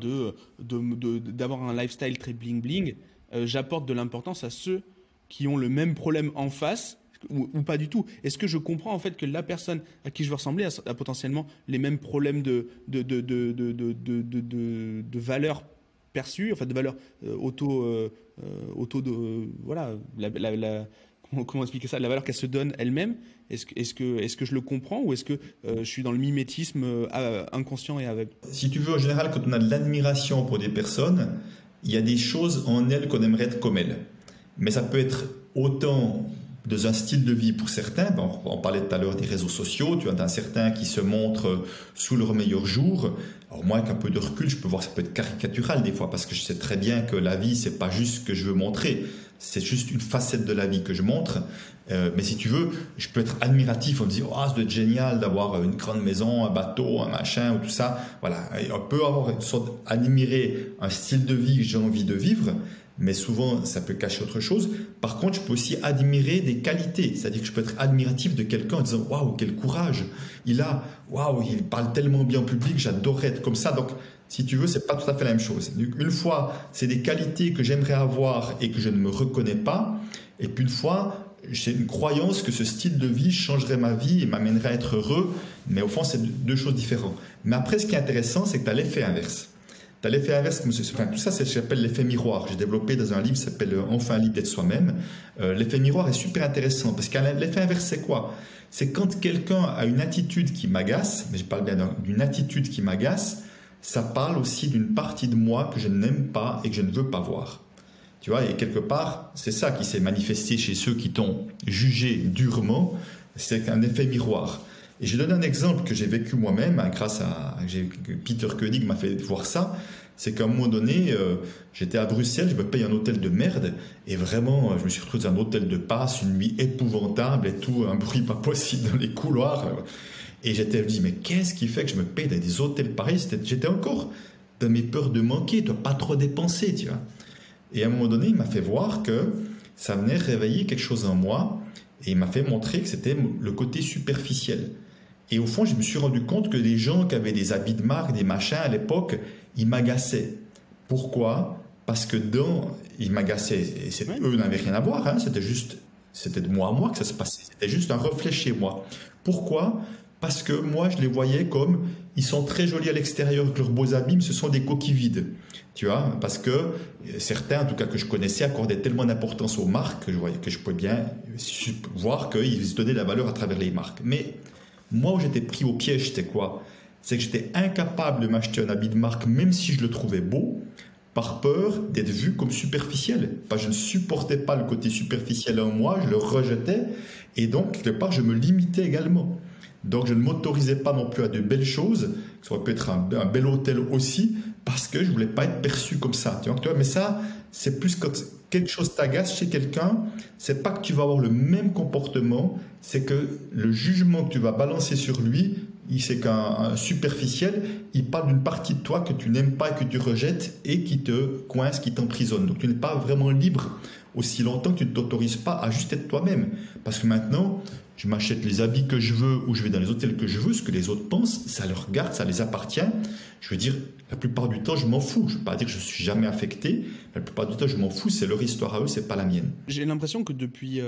d'avoir un lifestyle très bling bling, j'apporte de l'importance à ceux qui ont le même problème en face ou pas du tout? Est-ce que je comprends en fait que la personne à qui je veux ressembler a potentiellement les mêmes problèmes de valeur perçue, enfin de valeur voilà, comment expliquer ça? La valeur qu'elle se donne elle-même, est-ce que je le comprends ou est-ce que je suis dans le mimétisme inconscient et aveugle? Si tu veux, en général, quand on a de l'admiration pour des personnes, il y a des choses en elles qu'on aimerait être comme elles. Mais ça peut être autant dans un style de vie pour certains. On parlait tout à l'heure des réseaux sociaux. Tu as certains qui se montrent sous leur meilleur jour. Alors moi, avec un peu de recul, je peux voir que ça peut être caricatural des fois parce que je sais très bien que la vie, c'est pas juste ce que je veux montrer. C'est juste une facette de la vie que je montre. Mais si tu veux, je peux être admiratif. On me dit, oh, ça doit être génial d'avoir une grande maison, un bateau, un machin ou tout ça. Voilà. Et on peut avoir une sorte admirer un style de vie que j'ai envie de vivre. Mais souvent, ça peut cacher autre chose. Par contre, je peux aussi admirer des qualités. C'est-à-dire que je peux être admiratif de quelqu'un en disant « Waouh, quel courage il a! Waouh, il parle tellement bien en public, j'adorerais être comme ça. » Donc, si tu veux, c'est pas tout à fait la même chose. Une fois, c'est des qualités que j'aimerais avoir et que je ne me reconnais pas. Et puis une fois, j'ai une croyance que ce style de vie changerait ma vie et m'amènerait à être heureux. Mais au fond, c'est deux choses différentes. Mais après, ce qui est intéressant, c'est que tu as l'effet inverse. Tu as l'effet inverse, enfin, tout ça, c'est ce que j'appelle l'effet miroir. J'ai développé dans un livre qui s'appelle Enfin libre d'être soi-même. L'effet miroir est super intéressant parce que l'effet inverse, c'est quoi? C'est quand quelqu'un a une attitude qui m'agace, mais je parle bien d'une attitude qui m'agace, ça parle aussi d'une partie de moi que je n'aime pas et que je ne veux pas voir. Tu vois, et quelque part, c'est ça qui s'est manifesté chez ceux qui t'ont jugé durement, c'est un effet miroir. Et je donne un exemple que j'ai vécu moi-même, grâce à Peter Koenig m'a fait voir ça. C'est qu'à un moment donné, j'étais à Bruxelles, je me paye un hôtel de merde, et vraiment, je me suis retrouvé dans un hôtel de passe, une nuit épouvantable et tout, un bruit pas possible dans les couloirs. Et je me dis, mais qu'est-ce qui fait que je me paye dans des hôtels pareils? J'étais encore dans mes peurs de manquer, de pas trop dépenser, tu vois. Et à un moment donné, il m'a fait voir que ça venait réveiller quelque chose en moi, et il m'a fait montrer que c'était le côté superficiel. Et au fond, je me suis rendu compte que les gens qui avaient des habits de marque, des machins à l'époque, ils m'agaçaient. Pourquoi? Parce que ils m'agaçaient. Et eux n'avaient rien à voir, hein, c'était de moi à moi que ça se passait. C'était juste un reflet chez moi. Pourquoi? Parce que moi, je les voyais comme, ils sont très jolis à l'extérieur avec leurs beaux habits, mais ce sont des coquilles vides. Tu vois, parce que certains, en tout cas que je connaissais, accordaient tellement d'importance aux marques que je pouvais bien voir qu'ils se donnaient de la valeur à travers les marques. Mais moi, où j'étais pris au piège, c'était quoi? C'est que j'étais incapable de m'acheter un habit de marque, même si je le trouvais beau, par peur d'être vu comme superficiel. Je ne supportais pas le côté superficiel en moi, je le rejetais, et donc, quelque part, je me limitais également. Donc, je ne m'autorisais pas non plus à de belles choses, ça aurait pu être un bel hôtel aussi, parce que je voulais pas être perçu comme ça. Tu vois, mais ça, c'est plus quand quelque chose t'agace chez quelqu'un, c'est pas que tu vas avoir le même comportement, c'est que le jugement que tu vas balancer sur lui, c'est qu'un superficiel, il parle d'une partie de toi que tu n'aimes pas, que tu rejettes et qui te coince, qui t'emprisonne. Donc tu n'es pas vraiment libre aussi longtemps que tu ne t'autorises pas à juste être toi-même. Parce que maintenant, je m'achète les habits que je veux ou je vais dans les hôtels que je veux, ce que les autres pensent, ça leur regarde, ça les appartient. Je veux dire, la plupart du temps, je m'en fous. Je ne veux pas dire que je suis jamais affecté. La plupart du temps, je m'en fous. C'est leur histoire à eux, c'est pas la mienne. J'ai l'impression que depuis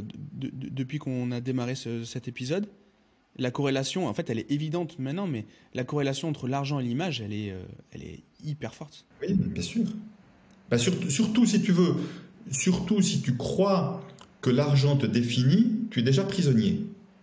qu'on a démarré cet épisode, la corrélation, en fait, elle est évidente maintenant, mais la corrélation entre l'argent et l'image, elle est hyper forte. Oui, bien sûr. Surtout si tu veux, surtout si tu crois que l'argent te définit, tu es déjà prisonnier.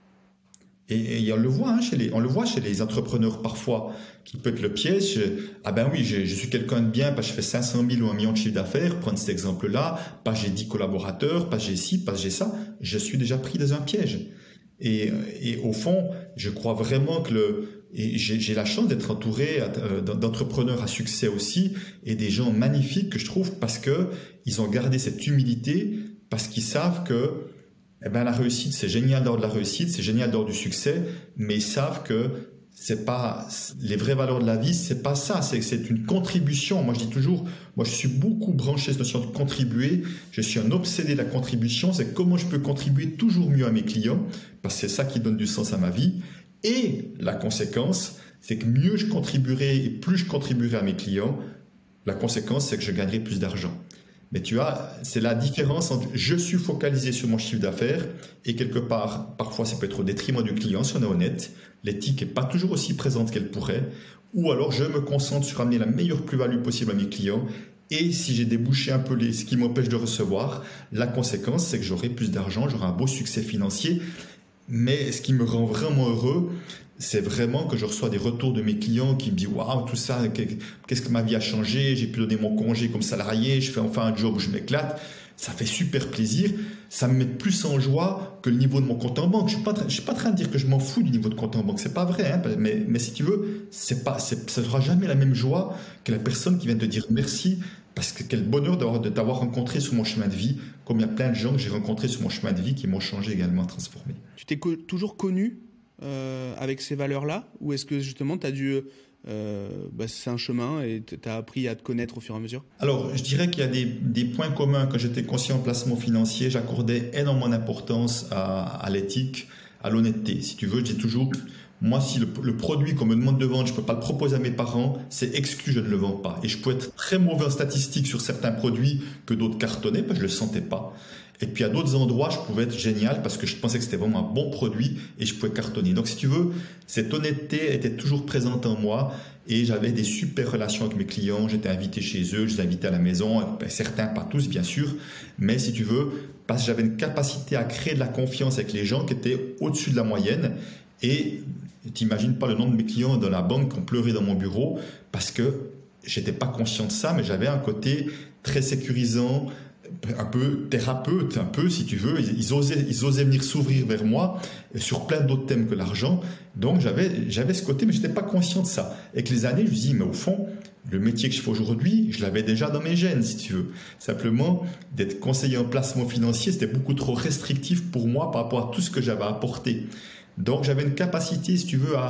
Et on le voit, on le voit chez les entrepreneurs parfois, qui peut être le piège. Ah ben oui, je suis quelqu'un de bien, parce que je fais 500 000 ou 1 million de chiffre d'affaires, prendre cet exemple-là, pas j'ai 10 collaborateurs, pas j'ai ci, pas j'ai ça, je suis déjà pris dans un piège. Et au fond, je crois vraiment et j'ai la chance d'être entouré d'entrepreneurs à succès aussi, et des gens magnifiques que je trouve, parce que ils ont gardé cette humilité, parce qu'ils savent que la réussite, c'est génial d'avoir de la réussite, c'est génial d'avoir du succès, mais ils savent que c'est pas les vraies valeurs de la vie, c'est pas ça, c'est une contribution. Moi, je dis toujours, moi, je suis beaucoup branché sur cette notion de contribuer. Je suis un obsédé de la contribution. C'est comment je peux contribuer toujours mieux à mes clients, parce que c'est ça qui donne du sens à ma vie. Et la conséquence, c'est que mieux je contribuerai et plus je contribuerai à mes clients, la conséquence, c'est que je gagnerai plus d'argent. Mais tu vois, c'est la différence entre je suis focalisé sur mon chiffre d'affaires et quelque part, parfois ça peut être au détriment du client si on est honnête. L'éthique n'est pas toujours aussi présente qu'elle pourrait. Ou alors je me concentre sur amener la meilleure plus-value possible à mes clients. Et si j'ai débouché un peu ce qui m'empêche de recevoir, la conséquence c'est que j'aurai plus d'argent, j'aurai un beau succès financier. Mais ce qui me rend vraiment heureux, c'est vraiment que je reçois des retours de mes clients qui me disent « Waouh, tout ça, qu'est-ce que ma vie a changé? J'ai pu donner mon congé comme salarié, je fais enfin un job où je m'éclate. » Ça fait super plaisir. Ça me met plus en joie que le niveau de mon compte en banque. Je ne suis pas en train de dire que je m'en fous du niveau de compte en banque. C'est pas vrai. Hein, mais si tu veux, ça ne sera jamais la même joie que la personne qui vient te dire merci. Parce que quel bonheur de t'avoir rencontré sur mon chemin de vie, comme il y a plein de gens que j'ai rencontrés sur mon chemin de vie qui m'ont changé également, transformé. Tu t'es toujours connu avec ces valeurs-là, ou est-ce que justement tu as dû c'est un chemin et tu as appris à te connaître au fur et à mesure? Alors, je dirais qu'il y a des points communs. Quand j'étais conseiller en placement financier, j'accordais énormément d'importance à l'éthique, à l'honnêteté. Si tu veux, je dis toujours, moi, si le produit qu'on me demande de vendre, je ne peux pas le proposer à mes parents, c'est exclu, je ne le vends pas. Et je peux être très mauvais en statistique sur certains produits que d'autres cartonnaient, parce que je ne le sentais pas. Et puis à d'autres endroits, je pouvais être génial parce que je pensais que c'était vraiment un bon produit et je pouvais cartonner. Donc si tu veux, cette honnêteté était toujours présente en moi et j'avais des super relations avec mes clients. J'étais invité chez eux, je les invitais à la maison, certains, pas tous bien sûr, mais si tu veux, parce que j'avais une capacité à créer de la confiance avec les gens qui étaient au-dessus de la moyenne. Et t'imagines pas le nombre de mes clients dans la banque qui ont pleuré dans mon bureau parce que j'étais pas conscient de ça, mais j'avais un côté très sécurisant, un peu thérapeute, un peu si tu veux. Ils osaient venir s'ouvrir vers moi sur plein d'autres thèmes que l'argent. Donc j'avais ce côté, mais je n'étais pas conscient de ça. Avec les années, je me dis, mais au fond, le métier que je fais aujourd'hui, je l'avais déjà dans mes gènes, si tu veux. Simplement, d'être conseiller en placement financier, c'était beaucoup trop restrictif pour moi par rapport à tout ce que j'avais apporté. Donc j'avais une capacité, si tu veux, à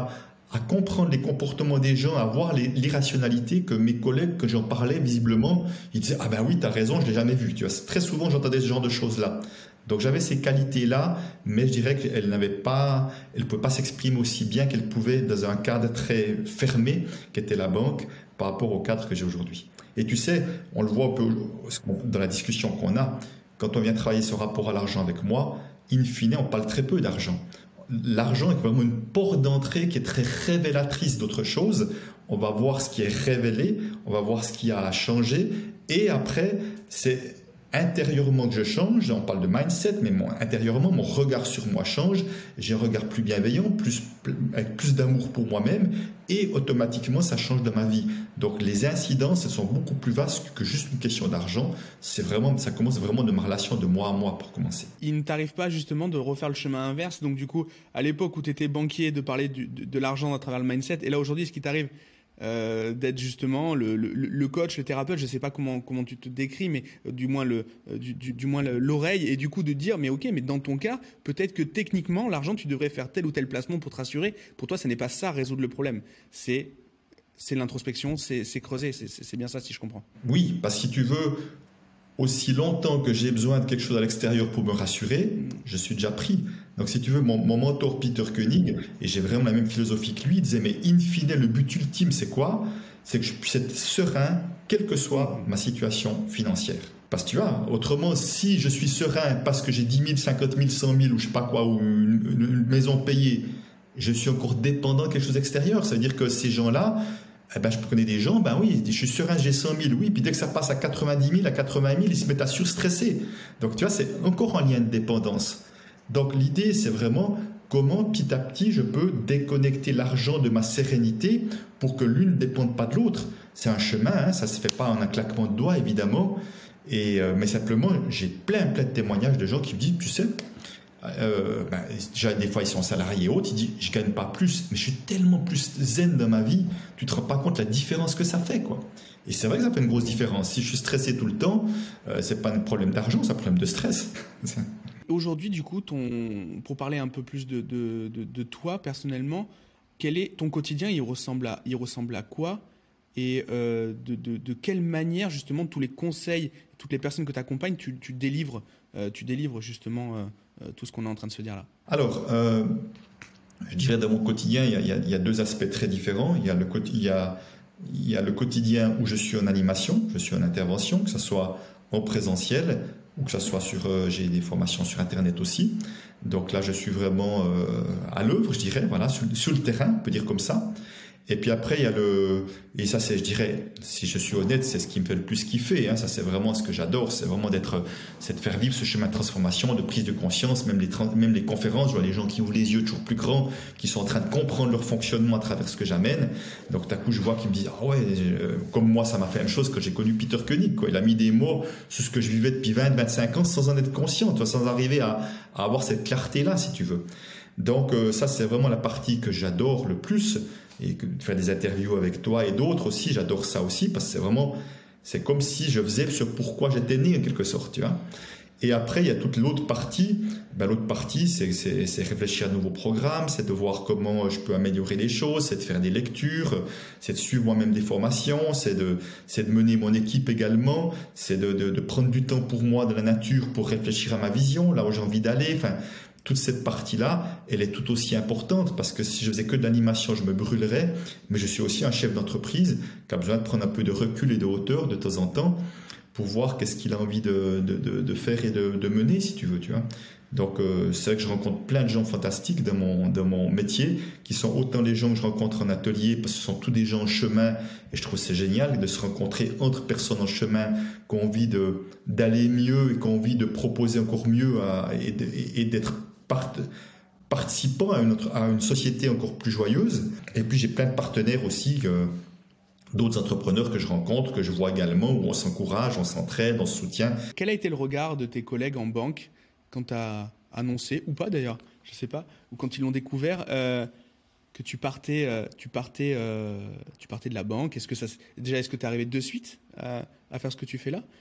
à comprendre les comportements des gens, à voir l'irrationalité que mes collègues, que j'en parlais visiblement, ils disaient « Ah ben oui, t'as raison, je l'ai jamais vu ». Tu vois, très souvent, j'entendais ce genre de choses-là. Donc j'avais ces qualités-là, mais je dirais qu'elle ne pouvait pas s'exprimer aussi bien qu'elle pouvait dans un cadre très fermé qu'était la banque par rapport au cadre que j'ai aujourd'hui. Et tu sais, on le voit un peu dans la discussion qu'on a, quand on vient travailler ce rapport à l'argent avec moi, in fine, on parle très peu d'argent. L'argent est vraiment une porte d'entrée qui est très révélatrice d'autre chose. On va voir ce qui est révélé, on va voir ce qui a changé, et après, c'est intérieurement que je change. On parle de mindset, mais intérieurement, mon regard sur moi change. J'ai un regard plus bienveillant, avec plus d'amour pour moi-même, et automatiquement, ça change dans ma vie. Donc, les incidences, elles sont beaucoup plus vastes que juste une question d'argent. Ça commence vraiment de ma relation de moi à moi pour commencer. Il ne t'arrive pas justement de refaire le chemin inverse. Donc, du coup, à l'époque où tu étais banquier, de parler de l'argent à travers le mindset, et là aujourd'hui, ce qui t'arrive d'être justement le coach, le thérapeute, je ne sais pas comment tu te décris, mais du moins l'oreille, et du coup de dire mais ok, mais dans ton cas, peut-être que techniquement l'argent tu devrais faire tel ou tel placement pour te rassurer. Pour toi, ce n'est pas ça résoudre le problème, c'est l'introspection, c'est creuser, c'est bien ça si je comprends. Oui, parce que si tu veux, aussi longtemps que j'ai besoin de quelque chose à l'extérieur pour me rassurer, je suis déjà pris. Donc si tu veux, mon mentor Peter Koenig, et j'ai vraiment la même philosophie que lui, il disait, mais in fine, le but ultime, c'est quoi? C'est que je puisse être serein, quelle que soit ma situation financière. Parce que tu vois, autrement, si je suis serein parce que j'ai 10 000, 50 000, 100 000, ou je sais pas quoi, ou une maison payée, je suis encore dépendant de quelque chose d'extérieur. Ça veut dire que ces gens-là, je connais des gens, oui, je suis serein, j'ai 100 000, oui, puis dès que ça passe à 90 000, à 80 000, ils se mettent à surstresser. Donc, tu vois, c'est encore un lien de dépendance. Donc, l'idée, c'est vraiment comment, petit à petit, je peux déconnecter l'argent de ma sérénité pour que l'une ne dépende pas de l'autre. C'est un chemin, ça ne se fait pas en un claquement de doigts, évidemment, mais simplement, j'ai plein de témoignages de gens qui me disent, tu sais, déjà des fois ils sont salariés et autres, ils disent je gagne pas plus mais je suis tellement plus zen dans ma vie, tu te rends pas compte la différence que ça fait quoi. Et c'est vrai que ça fait une grosse différence. Si je suis stressé tout le temps, c'est pas un problème d'argent, c'est un problème de stress. Aujourd'hui du coup, pour parler un peu plus de toi personnellement, quel est ton quotidien? Il ressemble à quoi? Et de quelle manière justement tous les conseils, toutes les personnes que tu accompagnes, tu délivres justement tout ce qu'on est en train de se dire là? Alors, je dirais dans mon quotidien, il y a deux aspects très différents. Il y a le quotidien où je suis en animation, je suis en intervention, que ce soit en présentiel ou que ce soit j'ai des formations sur Internet aussi. Donc là, je suis vraiment à l'œuvre, je dirais, voilà, sur le terrain, on peut dire comme ça. Et puis après, il y a et ça c'est, je dirais, si je suis honnête, c'est ce qui me fait le plus kiffer, hein. Ça c'est vraiment ce que j'adore, c'est vraiment c'est de faire vivre ce chemin de transformation, de prise de conscience, même les conférences, je vois les gens qui ouvrent les yeux toujours plus grands, qui sont en train de comprendre leur fonctionnement à travers ce que j'amène. Donc d'un coup, je vois qu'ils me disent, ah ouais, comme moi, ça m'a fait la même chose que j'ai connu Peter Koenig, quoi. Il a mis des mots sur ce que je vivais depuis 20, 25 ans sans en être conscient, sans arriver à avoir cette clarté-là, si tu veux. Donc ça, c'est vraiment la partie que j'adore le plus. Et faire des interviews avec toi et d'autres aussi, j'adore ça aussi parce que c'est comme si je faisais ce pourquoi j'étais né en quelque sorte, tu vois. Et après, il y a toute l'autre partie. L'autre partie, c'est réfléchir à de nouveaux programmes, c'est de voir comment je peux améliorer les choses, c'est de faire des lectures, c'est de suivre moi-même des formations, c'est de mener mon équipe également, c'est de prendre du temps pour moi de la nature pour réfléchir à ma vision, là où j'ai envie d'aller. Enfin, toute cette partie-là, elle est tout aussi importante parce que si je faisais que de l'animation, je me brûlerais. Mais je suis aussi un chef d'entreprise qui a besoin de prendre un peu de recul et de hauteur de temps en temps pour voir qu'est-ce qu'il a envie de faire et de mener, si tu veux, tu vois. Donc, c'est vrai que je rencontre plein de gens fantastiques dans mon métier, qui sont autant les gens que je rencontre en atelier, parce que ce sont tous des gens en chemin, et je trouve que c'est génial de se rencontrer entre personnes en chemin qui ont envie d'aller mieux et qui ont envie de proposer encore mieux et d'être participant à une société encore plus joyeuse. Et puis j'ai plein de partenaires aussi, d'autres entrepreneurs que je rencontre, que je vois également, où on s'encourage, on s'entraide, on se soutient. Quel a été le regard de tes collègues en banque quand tu as annoncé, ou pas d'ailleurs, je ne sais pas, ou quand ils l'ont découvert, que tu partais de la banque. Est-ce que tu es arrivé de suite à faire ce que tu fais là?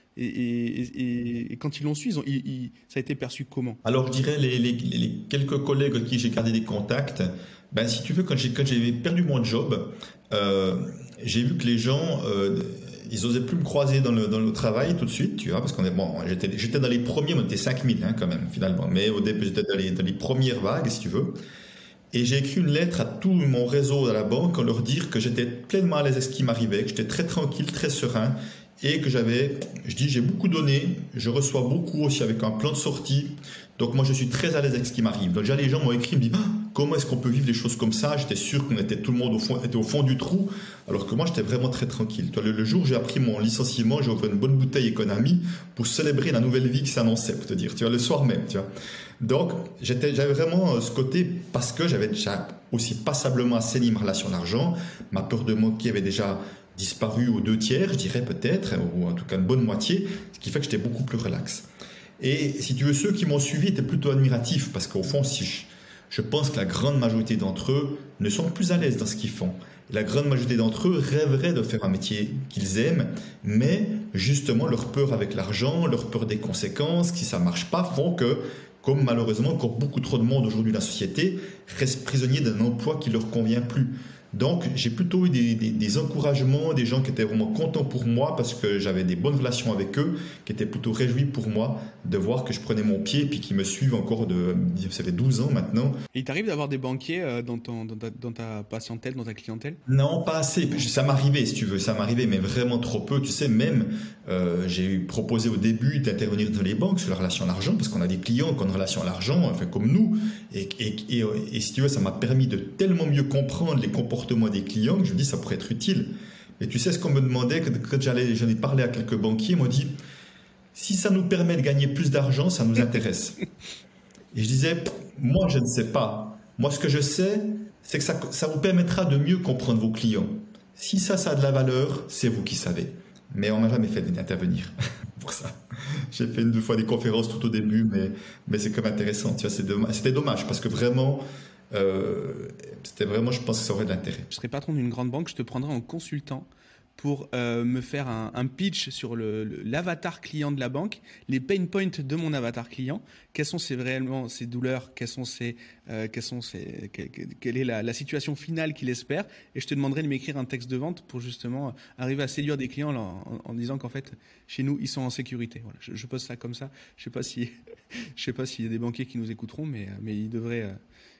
Et quand ils l'ont su, ça a été perçu comment? Alors, je dirais les quelques collègues avec qui j'ai gardé des contacts, ben, si tu veux, quand j'ai perdu mon job, euh, j'ai vu que les gens, ils osaient plus me croiser dans le travail tout de suite, tu vois, parce j'étais dans les premiers, on était 5000 hein, quand même, finalement, mais au début, j'étais dans les premières vagues, si tu veux. Et j'ai écrit une lettre à tout mon réseau à la banque en leur dire que j'étais pleinement à l'aise avec ce qui m'arrivait, que j'étais très tranquille, très serein et que j'ai beaucoup donné, je reçois beaucoup aussi avec un plan de sortie. Donc moi je suis très à l'aise avec ce qui m'arrive. Donc déjà les gens m'ont écrit, me disent ah, comment est-ce qu'on peut vivre des choses comme ça? J'étais sûr tout le monde était au fond du trou, alors que moi j'étais vraiment très tranquille. Le jour où j'ai appris mon licenciement, j'ai ouvert une bonne bouteille économie pour célébrer la nouvelle vie qui s'annonçait, pour te dire, tu vois, le soir même, tu vois. Donc, j'avais vraiment ce côté, parce que j'avais déjà aussi passablement assaini ma relation à l'argent, ma peur de manquer avait déjà disparu aux 2 tiers, je dirais peut-être, ou en tout cas une bonne moitié, ce qui fait que j'étais beaucoup plus relax. Et si tu veux, ceux qui m'ont suivi étaient plutôt admiratifs, parce qu'au fond, je pense que la grande majorité d'entre eux ne sont plus à l'aise dans ce qu'ils font. La grande majorité d'entre eux rêveraient de faire un métier qu'ils aiment, mais justement leur peur avec l'argent, leur peur des conséquences, si ça ne marche pas, font que, comme malheureusement encore beaucoup trop de monde aujourd'hui dans la société, restent prisonniers d'un emploi qui ne leur convient plus. Donc j'ai plutôt eu des encouragements, des gens qui étaient vraiment contents pour moi parce que j'avais des bonnes relations avec eux, qui étaient plutôt réjouis pour moi de voir que je prenais mon pied et puis qui me suivent encore ça fait 12 ans maintenant. Et il t'arrive d'avoir des banquiers dans ta patientèle, dans ta clientèle? Non, pas assez. Ça m'arrivait, si tu veux, ça m'arrivait, mais vraiment trop peu. Tu sais, même j'ai proposé au début d'intervenir dans les banques sur la relation à l'argent, parce qu'on a des clients qui ont une relation à l'argent, enfin comme nous. Et si tu veux, ça m'a permis de tellement mieux comprendre les comportements des clients que je me dis ça pourrait être utile. Et tu sais ce qu'on me demandait quand j'en ai parlé à quelques banquiers, ils m'ont dit si ça nous permet de gagner plus d'argent, ça nous intéresse. Et je disais moi je ne sais pas. Moi ce que je sais, c'est que ça vous permettra de mieux comprendre vos clients. Si ça a de la valeur, c'est vous qui savez. Mais on m'a jamais fait intervenir pour ça. J'ai fait 2 fois des conférences tout au début, mais c'est quand même intéressant. Tu vois, c'était dommage parce que vraiment, c'était vraiment, je pense que ça aurait de l'intérêt. Je serais patron d'une grande banque, je te prendrais en consultant pour me faire un pitch sur l'avatar client de la banque, les pain points de mon avatar client, quelles sont réellement ses douleurs, quelle est la situation finale qu'il espère, et je te demanderai de m'écrire un texte de vente pour justement arriver à séduire des clients en disant qu'en fait, chez nous, ils sont en sécurité. Voilà, je pose ça comme ça. Je sais pas s'il y a des banquiers qui nous écouteront, mais ils devraient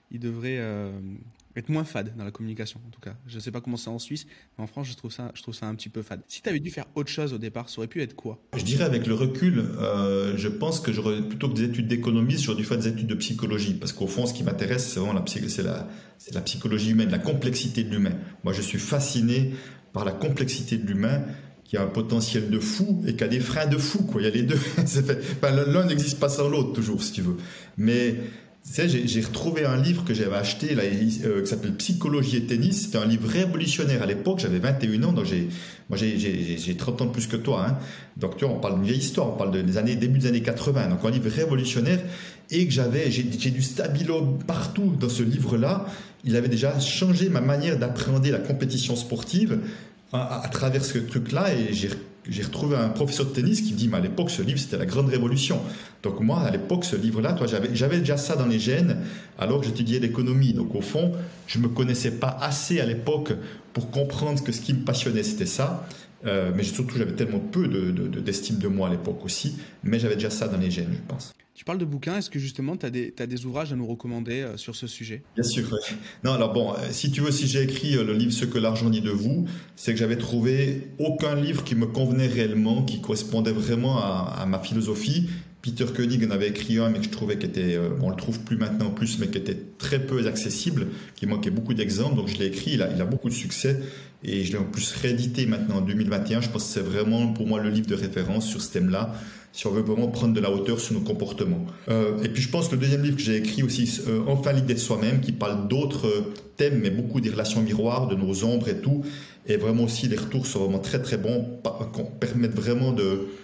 être moins fade dans la communication, en tout cas. Je ne sais pas comment c'est en Suisse, mais en France, je trouve ça un petit peu fade. Si tu avais dû faire autre chose au départ, ça aurait pu être quoi? Je dirais avec le recul, je pense que plutôt que des études d'économiste, j'aurais dû faire des études de psychologie. Parce qu'au fond, ce qui m'intéresse, c'est vraiment la psychologie humaine, la complexité de l'humain. Moi, je suis fasciné par la complexité de l'humain, qui a un potentiel de fou et qui a des freins de fou, quoi. Il y a les deux. L'un n'existe pas sans l'autre, toujours, si tu veux. Mais tu sais, j'ai retrouvé un livre que j'avais acheté là, qui s'appelle Psychologie et tennis. C'était un livre révolutionnaire à l'époque. J'avais 21 ans, donc j'ai 30 ans de plus que toi. Hein. Donc tu vois, on parle d'une vieille histoire, on parle début des années 80. Donc un livre révolutionnaire et que j'ai du stabilo partout dans ce livre-là. Il avait déjà changé ma manière d'appréhender la compétition sportive à travers ce truc-là et j'ai retrouvé un professeur de tennis qui me dit mais à l'époque ce livre c'était la grande révolution. Donc moi à l'époque ce livre-là, toi j'avais déjà ça dans les gènes alors que j'étudiais l'économie. Donc au fond je me connaissais pas assez à l'époque pour comprendre que ce qui me passionnait c'était ça. Mais surtout j'avais tellement peu d'estime de moi à l'époque aussi, mais j'avais déjà ça dans les gènes je pense. Tu parles de bouquins, est-ce que justement tu as des ouvrages à nous recommander sur ce sujet? Bien sûr. Ouais. Non, alors bon, si tu veux, si j'ai écrit le livre Ce que l'argent dit de vous, c'est que j'avais trouvé aucun livre qui me convenait réellement, qui correspondait vraiment à ma philosophie. Peter Koenig en avait écrit un, mais que je trouvais qu'il était, on le trouve plus maintenant en plus, mais qui était très peu accessible, qui manquait beaucoup d'exemples. Donc je l'ai écrit, il a beaucoup de succès et je l'ai en plus réédité maintenant en 2021. Je pense que c'est vraiment pour moi le livre de référence sur ce thème-là, si on veut vraiment prendre de la hauteur sur nos comportements. Et puis je pense que le deuxième livre que j'ai écrit aussi, Enfin libre d'être soi-même, qui parle d'autres thèmes, mais beaucoup des relations miroirs, de nos ombres et tout, et vraiment aussi les retours sont vraiment très très bons, permettent vraiment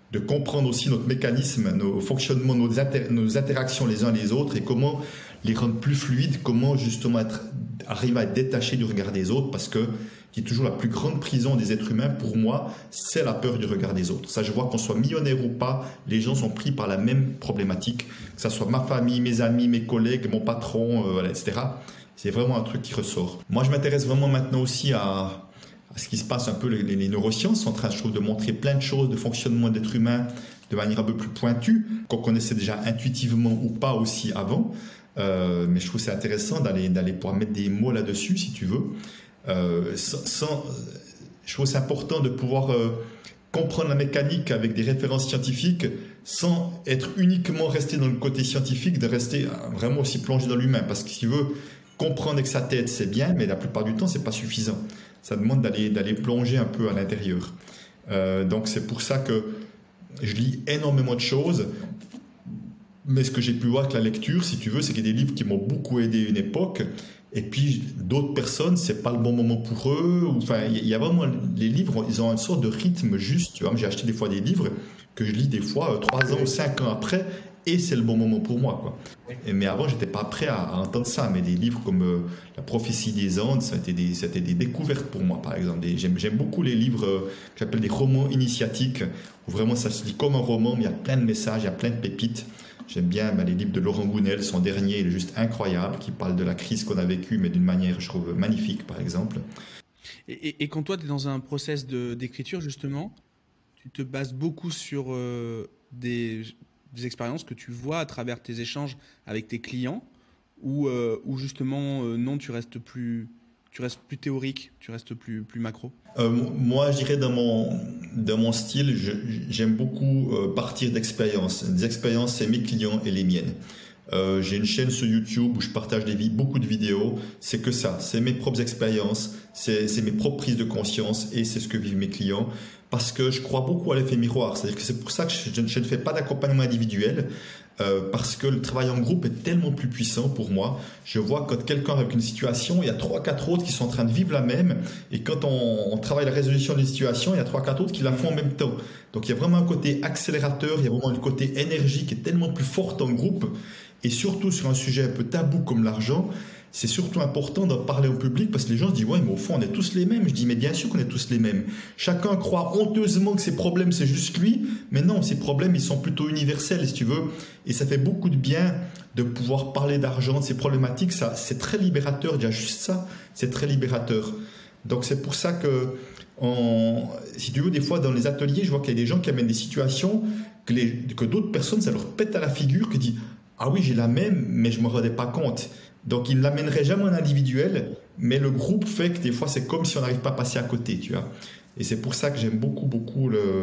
de comprendre aussi notre mécanisme, nos fonctionnements, nos interactions les uns les autres et comment les rendre plus fluides, comment justement arriver à être détaché du regard des autres, parce que qui est toujours la plus grande prison des êtres humains, pour moi, c'est la peur du regard des autres. Ça, je vois qu'on soit millionnaire ou pas, les gens sont pris par la même problématique, que ce soit ma famille, mes amis, mes collègues, mon patron, voilà, etc. C'est vraiment un truc qui ressort. Moi, je m'intéresse vraiment maintenant aussi à ce qui se passe un peu, les neurosciences sont en train, je trouve, de montrer plein de choses de fonctionnement d'être humain de manière un peu plus pointue, qu'on connaissait déjà intuitivement ou pas aussi avant. Mais je trouve c'est intéressant d'aller pouvoir mettre des mots là-dessus, si tu veux. Je trouve c'est important de pouvoir comprendre la mécanique avec des références scientifiques sans être uniquement resté dans le côté scientifique, de rester vraiment aussi plongé dans l'humain. Parce que si tu veux comprendre avec sa tête, c'est bien, mais la plupart du temps, c'est pas suffisant. Ça demande d'aller plonger un peu à l'intérieur. Donc c'est pour ça que je lis énormément de choses. Mais ce que j'ai pu voir avec la lecture, si tu veux, c'est qu'il y a des livres qui m'ont beaucoup aidé à une époque. Et puis d'autres personnes, c'est pas le bon moment pour eux. Enfin, il y a vraiment les livres, ils ont une sorte de rythme juste. Tu vois, j'ai acheté des fois des livres que je lis des fois 3 ans ou 5 ans après, et c'est le bon moment pour moi, quoi. Mais avant, j'étais pas prêt à entendre ça. Mais des livres comme La prophétie des Andes, c'était des découvertes pour moi, par exemple. J'aime beaucoup les livres que j'appelle des romans initiatiques, où vraiment ça se lit comme un roman, mais il y a plein de messages, il y a plein de pépites. J'aime bien les livres de Laurent Gounel, son dernier, il est juste incroyable, qui parle de la crise qu'on a vécue, mais d'une manière, je trouve, magnifique, par exemple. Et quand toi, tu es dans un process d'écriture, justement, tu te bases beaucoup sur des expériences que tu vois à travers tes échanges avec tes clients, ou justement, non, tu restes plus théorique, tu restes plus macro? Moi, je dirais dans mon style, j'aime beaucoup partir d'expériences. Des expériences, c'est mes clients et les miennes. J'ai une chaîne sur YouTube où je partage beaucoup de vidéos. C'est que ça, c'est mes propres expériences, c'est mes propres prises de conscience et c'est ce que vivent mes clients. Parce que je crois beaucoup à l'effet miroir. C'est-à-dire que c'est pour ça que je ne fais pas d'accompagnement individuel. Parce que le travail en groupe est tellement plus puissant pour moi. Je vois quand quelqu'un avec une situation, il y a 3-4 autres qui sont en train de vivre la même. Et quand on travaille la résolution d'une situation, il y a 3-4 autres qui la font en même temps. Donc il y a vraiment un côté accélérateur, il y a vraiment un côté énergie qui est tellement plus fort en groupe. Et surtout sur un sujet un peu tabou comme l'argent, c'est surtout important d'en parler au public parce que les gens se disent ouais mais au fond on est tous les mêmes. Je dis mais bien sûr qu'on est tous les mêmes. Chacun croit honteusement que ses problèmes c'est juste lui, mais non, ses problèmes ils sont plutôt universels si tu veux. Et ça fait beaucoup de bien de pouvoir parler d'argent, de ces problématiques. Ça, c'est très libérateur, déjà juste ça, c'est très libérateur. Donc c'est pour ça que si tu veux, des fois dans les ateliers, je vois qu'il y a des gens qui amènent des situations que d'autres personnes ça leur pète à la figure, qui disent ah oui j'ai la même mais je ne me rendais pas compte. Donc, il ne l'amènerait jamais en individuel, mais le groupe fait que des fois, c'est comme si on n'arrive pas à passer à côté, tu vois. Et c'est pour ça que j'aime beaucoup, beaucoup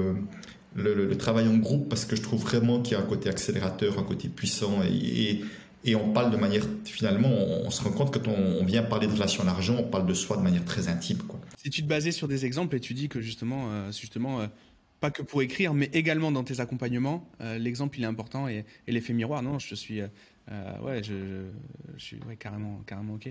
le travail en groupe, parce que je trouve vraiment qu'il y a un côté accélérateur, un côté puissant, et on parle de manière, finalement, on se rend compte que quand on vient parler de relation à l'argent, on parle de soi de manière très intime, quoi. Si tu te basais sur des exemples et tu dis que justement, pas que pour écrire, mais également dans tes accompagnements, l'exemple il est important et l'effet miroir, non, je suis, ouais, je suis ouais, carrément ok.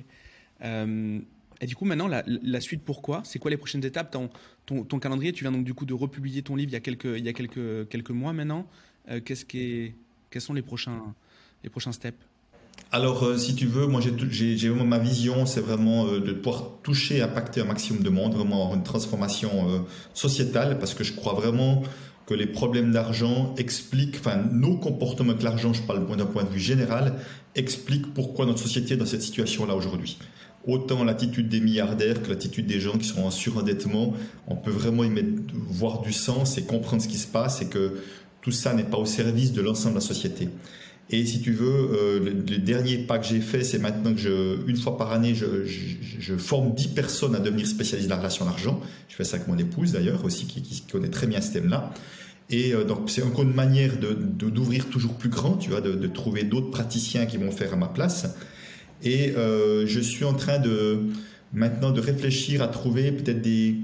Et du coup, maintenant, la suite, pourquoi? C'est quoi les prochaines étapes? Ton calendrier, tu viens donc du coup de republier ton livre il y a quelques mois maintenant. Quels sont les prochains steps? Alors, si tu veux, moi j'ai vraiment ma vision, c'est vraiment de pouvoir toucher, impacter un maximum de monde, vraiment avoir une transformation sociétale, parce que je crois vraiment que les problèmes d'argent expliquent, enfin nos comportements avec l'argent, je parle d'un point de vue général, expliquent pourquoi notre société est dans cette situation-là aujourd'hui. Autant l'attitude des milliardaires que l'attitude des gens qui sont en surendettement, on peut vraiment voir du sens et comprendre ce qui se passe et que tout ça n'est pas au service de l'ensemble de la société. Et si tu veux, le dernier pas que j'ai fait, c'est maintenant que une fois par année, je forme 10 personnes à devenir spécialistes de la relation à l'argent. Je fais ça avec mon épouse d'ailleurs aussi, qui connaît très bien ce thème-là. Et donc c'est encore une manière d'ouvrir toujours plus grand, tu vois, de trouver d'autres praticiens qui vont faire à ma place. Et je suis en train maintenant de réfléchir à trouver peut-être des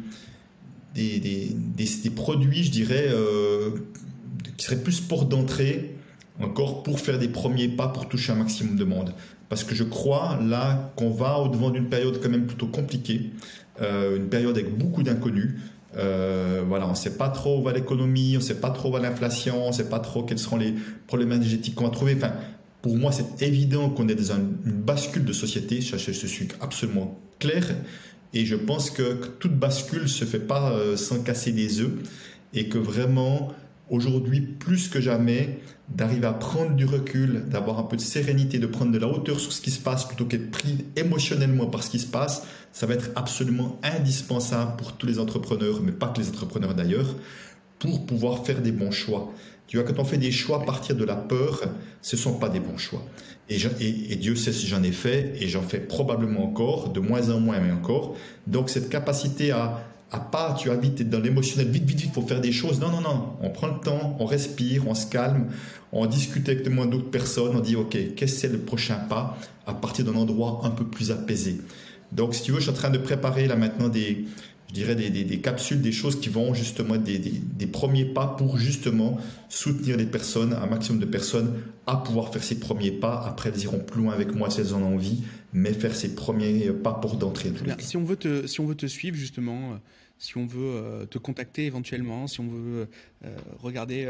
produits, je dirais, qui seraient plus porte d'entrée encore pour faire des premiers pas pour toucher un maximum de monde. Parce que je crois là qu'on va au-devant d'une période quand même plutôt compliquée, une période avec beaucoup d'inconnus. Voilà, on ne sait pas trop où va l'économie, on ne sait pas trop où va l'inflation, on ne sait pas trop quels seront les problèmes énergétiques qu'on va trouver. Enfin, pour moi, c'est évident qu'on est dans une bascule de société. Je suis absolument clair. Et je pense que toute bascule ne se fait pas sans casser des œufs. Et que vraiment, aujourd'hui, plus que jamais, d'arriver à prendre du recul, d'avoir un peu de sérénité, de prendre de la hauteur sur ce qui se passe plutôt qu'être pris émotionnellement par ce qui se passe, ça va être absolument indispensable pour tous les entrepreneurs, mais pas que les entrepreneurs d'ailleurs, pour pouvoir faire des bons choix. Tu vois, quand on fait des choix à partir de la peur, ce ne sont pas des bons choix. Et Dieu sait si j'en ai fait, et j'en fais probablement encore, de moins en moins, mais encore. Donc cette capacité à pas, tu vas vite être dans l'émotionnel, vite, vite, vite pour faire des choses. Non, non, non. On prend le temps, on respire, on se calme, on discute avec moins d'autres personnes, on dit, OK, qu'est-ce que c'est le prochain pas à partir d'un endroit un peu plus apaisé. Donc, si tu veux, je suis en train de préparer là maintenant des capsules, des choses qui vont justement être des premiers pas pour justement soutenir les personnes, un maximum de personnes à pouvoir faire ces premiers pas. Après, elles iront plus loin avec moi si elles en ont envie, mais faire ces premiers pas pour d'entrée. Si on veut te suivre justement, si on veut te contacter éventuellement, si on veut regarder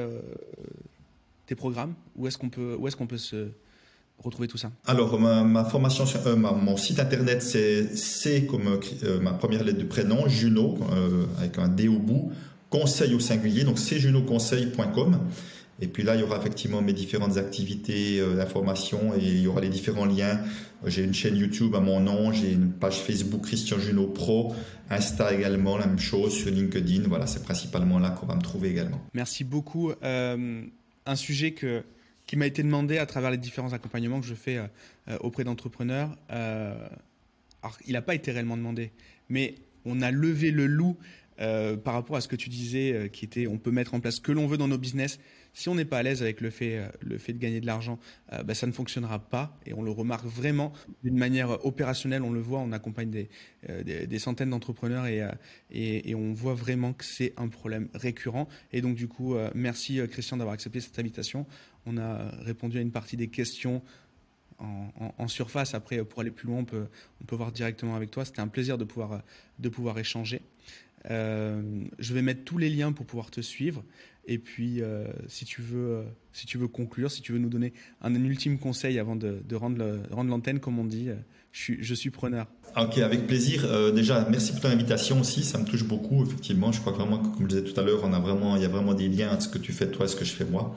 tes programmes, où est-ce qu'on peut se retrouver tout ça? Alors, ma formation, mon site internet, c'est comme ma première lettre de prénom, Juno, avec un D au bout, conseil au singulier, donc c'est junoconseil.com. Et puis là, il y aura effectivement mes différentes activités d'information et il y aura les différents liens. J'ai une chaîne YouTube à mon nom, j'ai une page Facebook Christian Junot Pro, Insta également, la même chose, sur LinkedIn. Voilà, c'est principalement là qu'on va me trouver également. Merci beaucoup. Un sujet qui m'a été demandé à travers les différents accompagnements que je fais auprès d'entrepreneurs. Alors, il n'a pas été réellement demandé, mais on a levé le loup par rapport à ce que tu disais, qui était on peut mettre en place ce que l'on veut dans nos business. Si on n'est pas à l'aise avec le fait de gagner de l'argent, ça ne fonctionnera pas. Et on le remarque vraiment d'une manière opérationnelle. On le voit, on accompagne des centaines d'entrepreneurs et on voit vraiment que c'est un problème récurrent. Et donc du coup, merci Christian d'avoir accepté cette invitation. On a répondu à une partie des questions en surface. Après, pour aller plus loin, on peut voir directement avec toi. C'était un plaisir de pouvoir échanger. Je vais mettre tous les liens pour pouvoir te suivre. Et puis, si tu veux conclure, si tu veux nous donner un ultime conseil avant de rendre l'antenne, comme on dit, je suis preneur. Ok, avec plaisir. Déjà, merci pour ton invitation aussi. Ça me touche beaucoup, effectivement. Je crois vraiment que, comme je disais tout à l'heure, il y a vraiment des liens entre ce que tu fais toi et ce que je fais moi.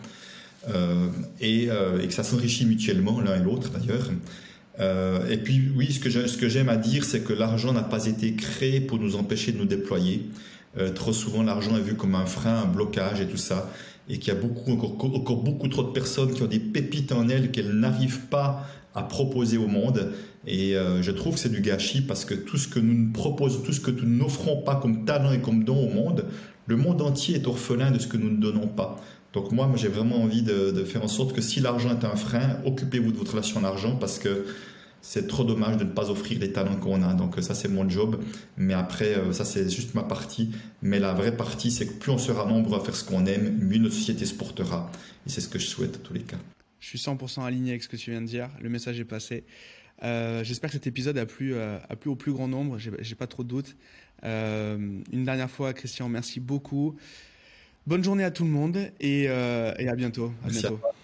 Et que ça s'enrichit mutuellement l'un et l'autre d'ailleurs. Et puis oui, ce que j'aime à dire, c'est que l'argent n'a pas été créé pour nous empêcher de nous déployer. Trop souvent, l'argent est vu comme un frein, un blocage et tout ça, et qu'il y a encore beaucoup trop de personnes qui ont des pépites en elles qu'elles n'arrivent pas à proposer au monde. Et je trouve que c'est du gâchis parce que tout ce que nous proposons, tout ce que nous n'offrons pas comme talent et comme don au monde, le monde entier est orphelin de ce que nous ne donnons pas. Donc moi j'ai vraiment envie de faire en sorte que si l'argent est un frein, occupez-vous de votre relation à l'argent parce que c'est trop dommage de ne pas offrir les talents qu'on a. Donc ça c'est mon job, mais après ça c'est juste ma partie. Mais la vraie partie c'est que plus on sera nombreux à faire ce qu'on aime, mieux notre société se portera. Et c'est ce que je souhaite à tous les cas. Je suis 100% aligné avec ce que tu viens de dire. Le message est passé. J'espère que cet épisode a plu au plus grand nombre. J'ai pas trop de doutes. Une dernière fois, Christian, merci beaucoup. Bonne journée à tout le monde et à bientôt. Merci.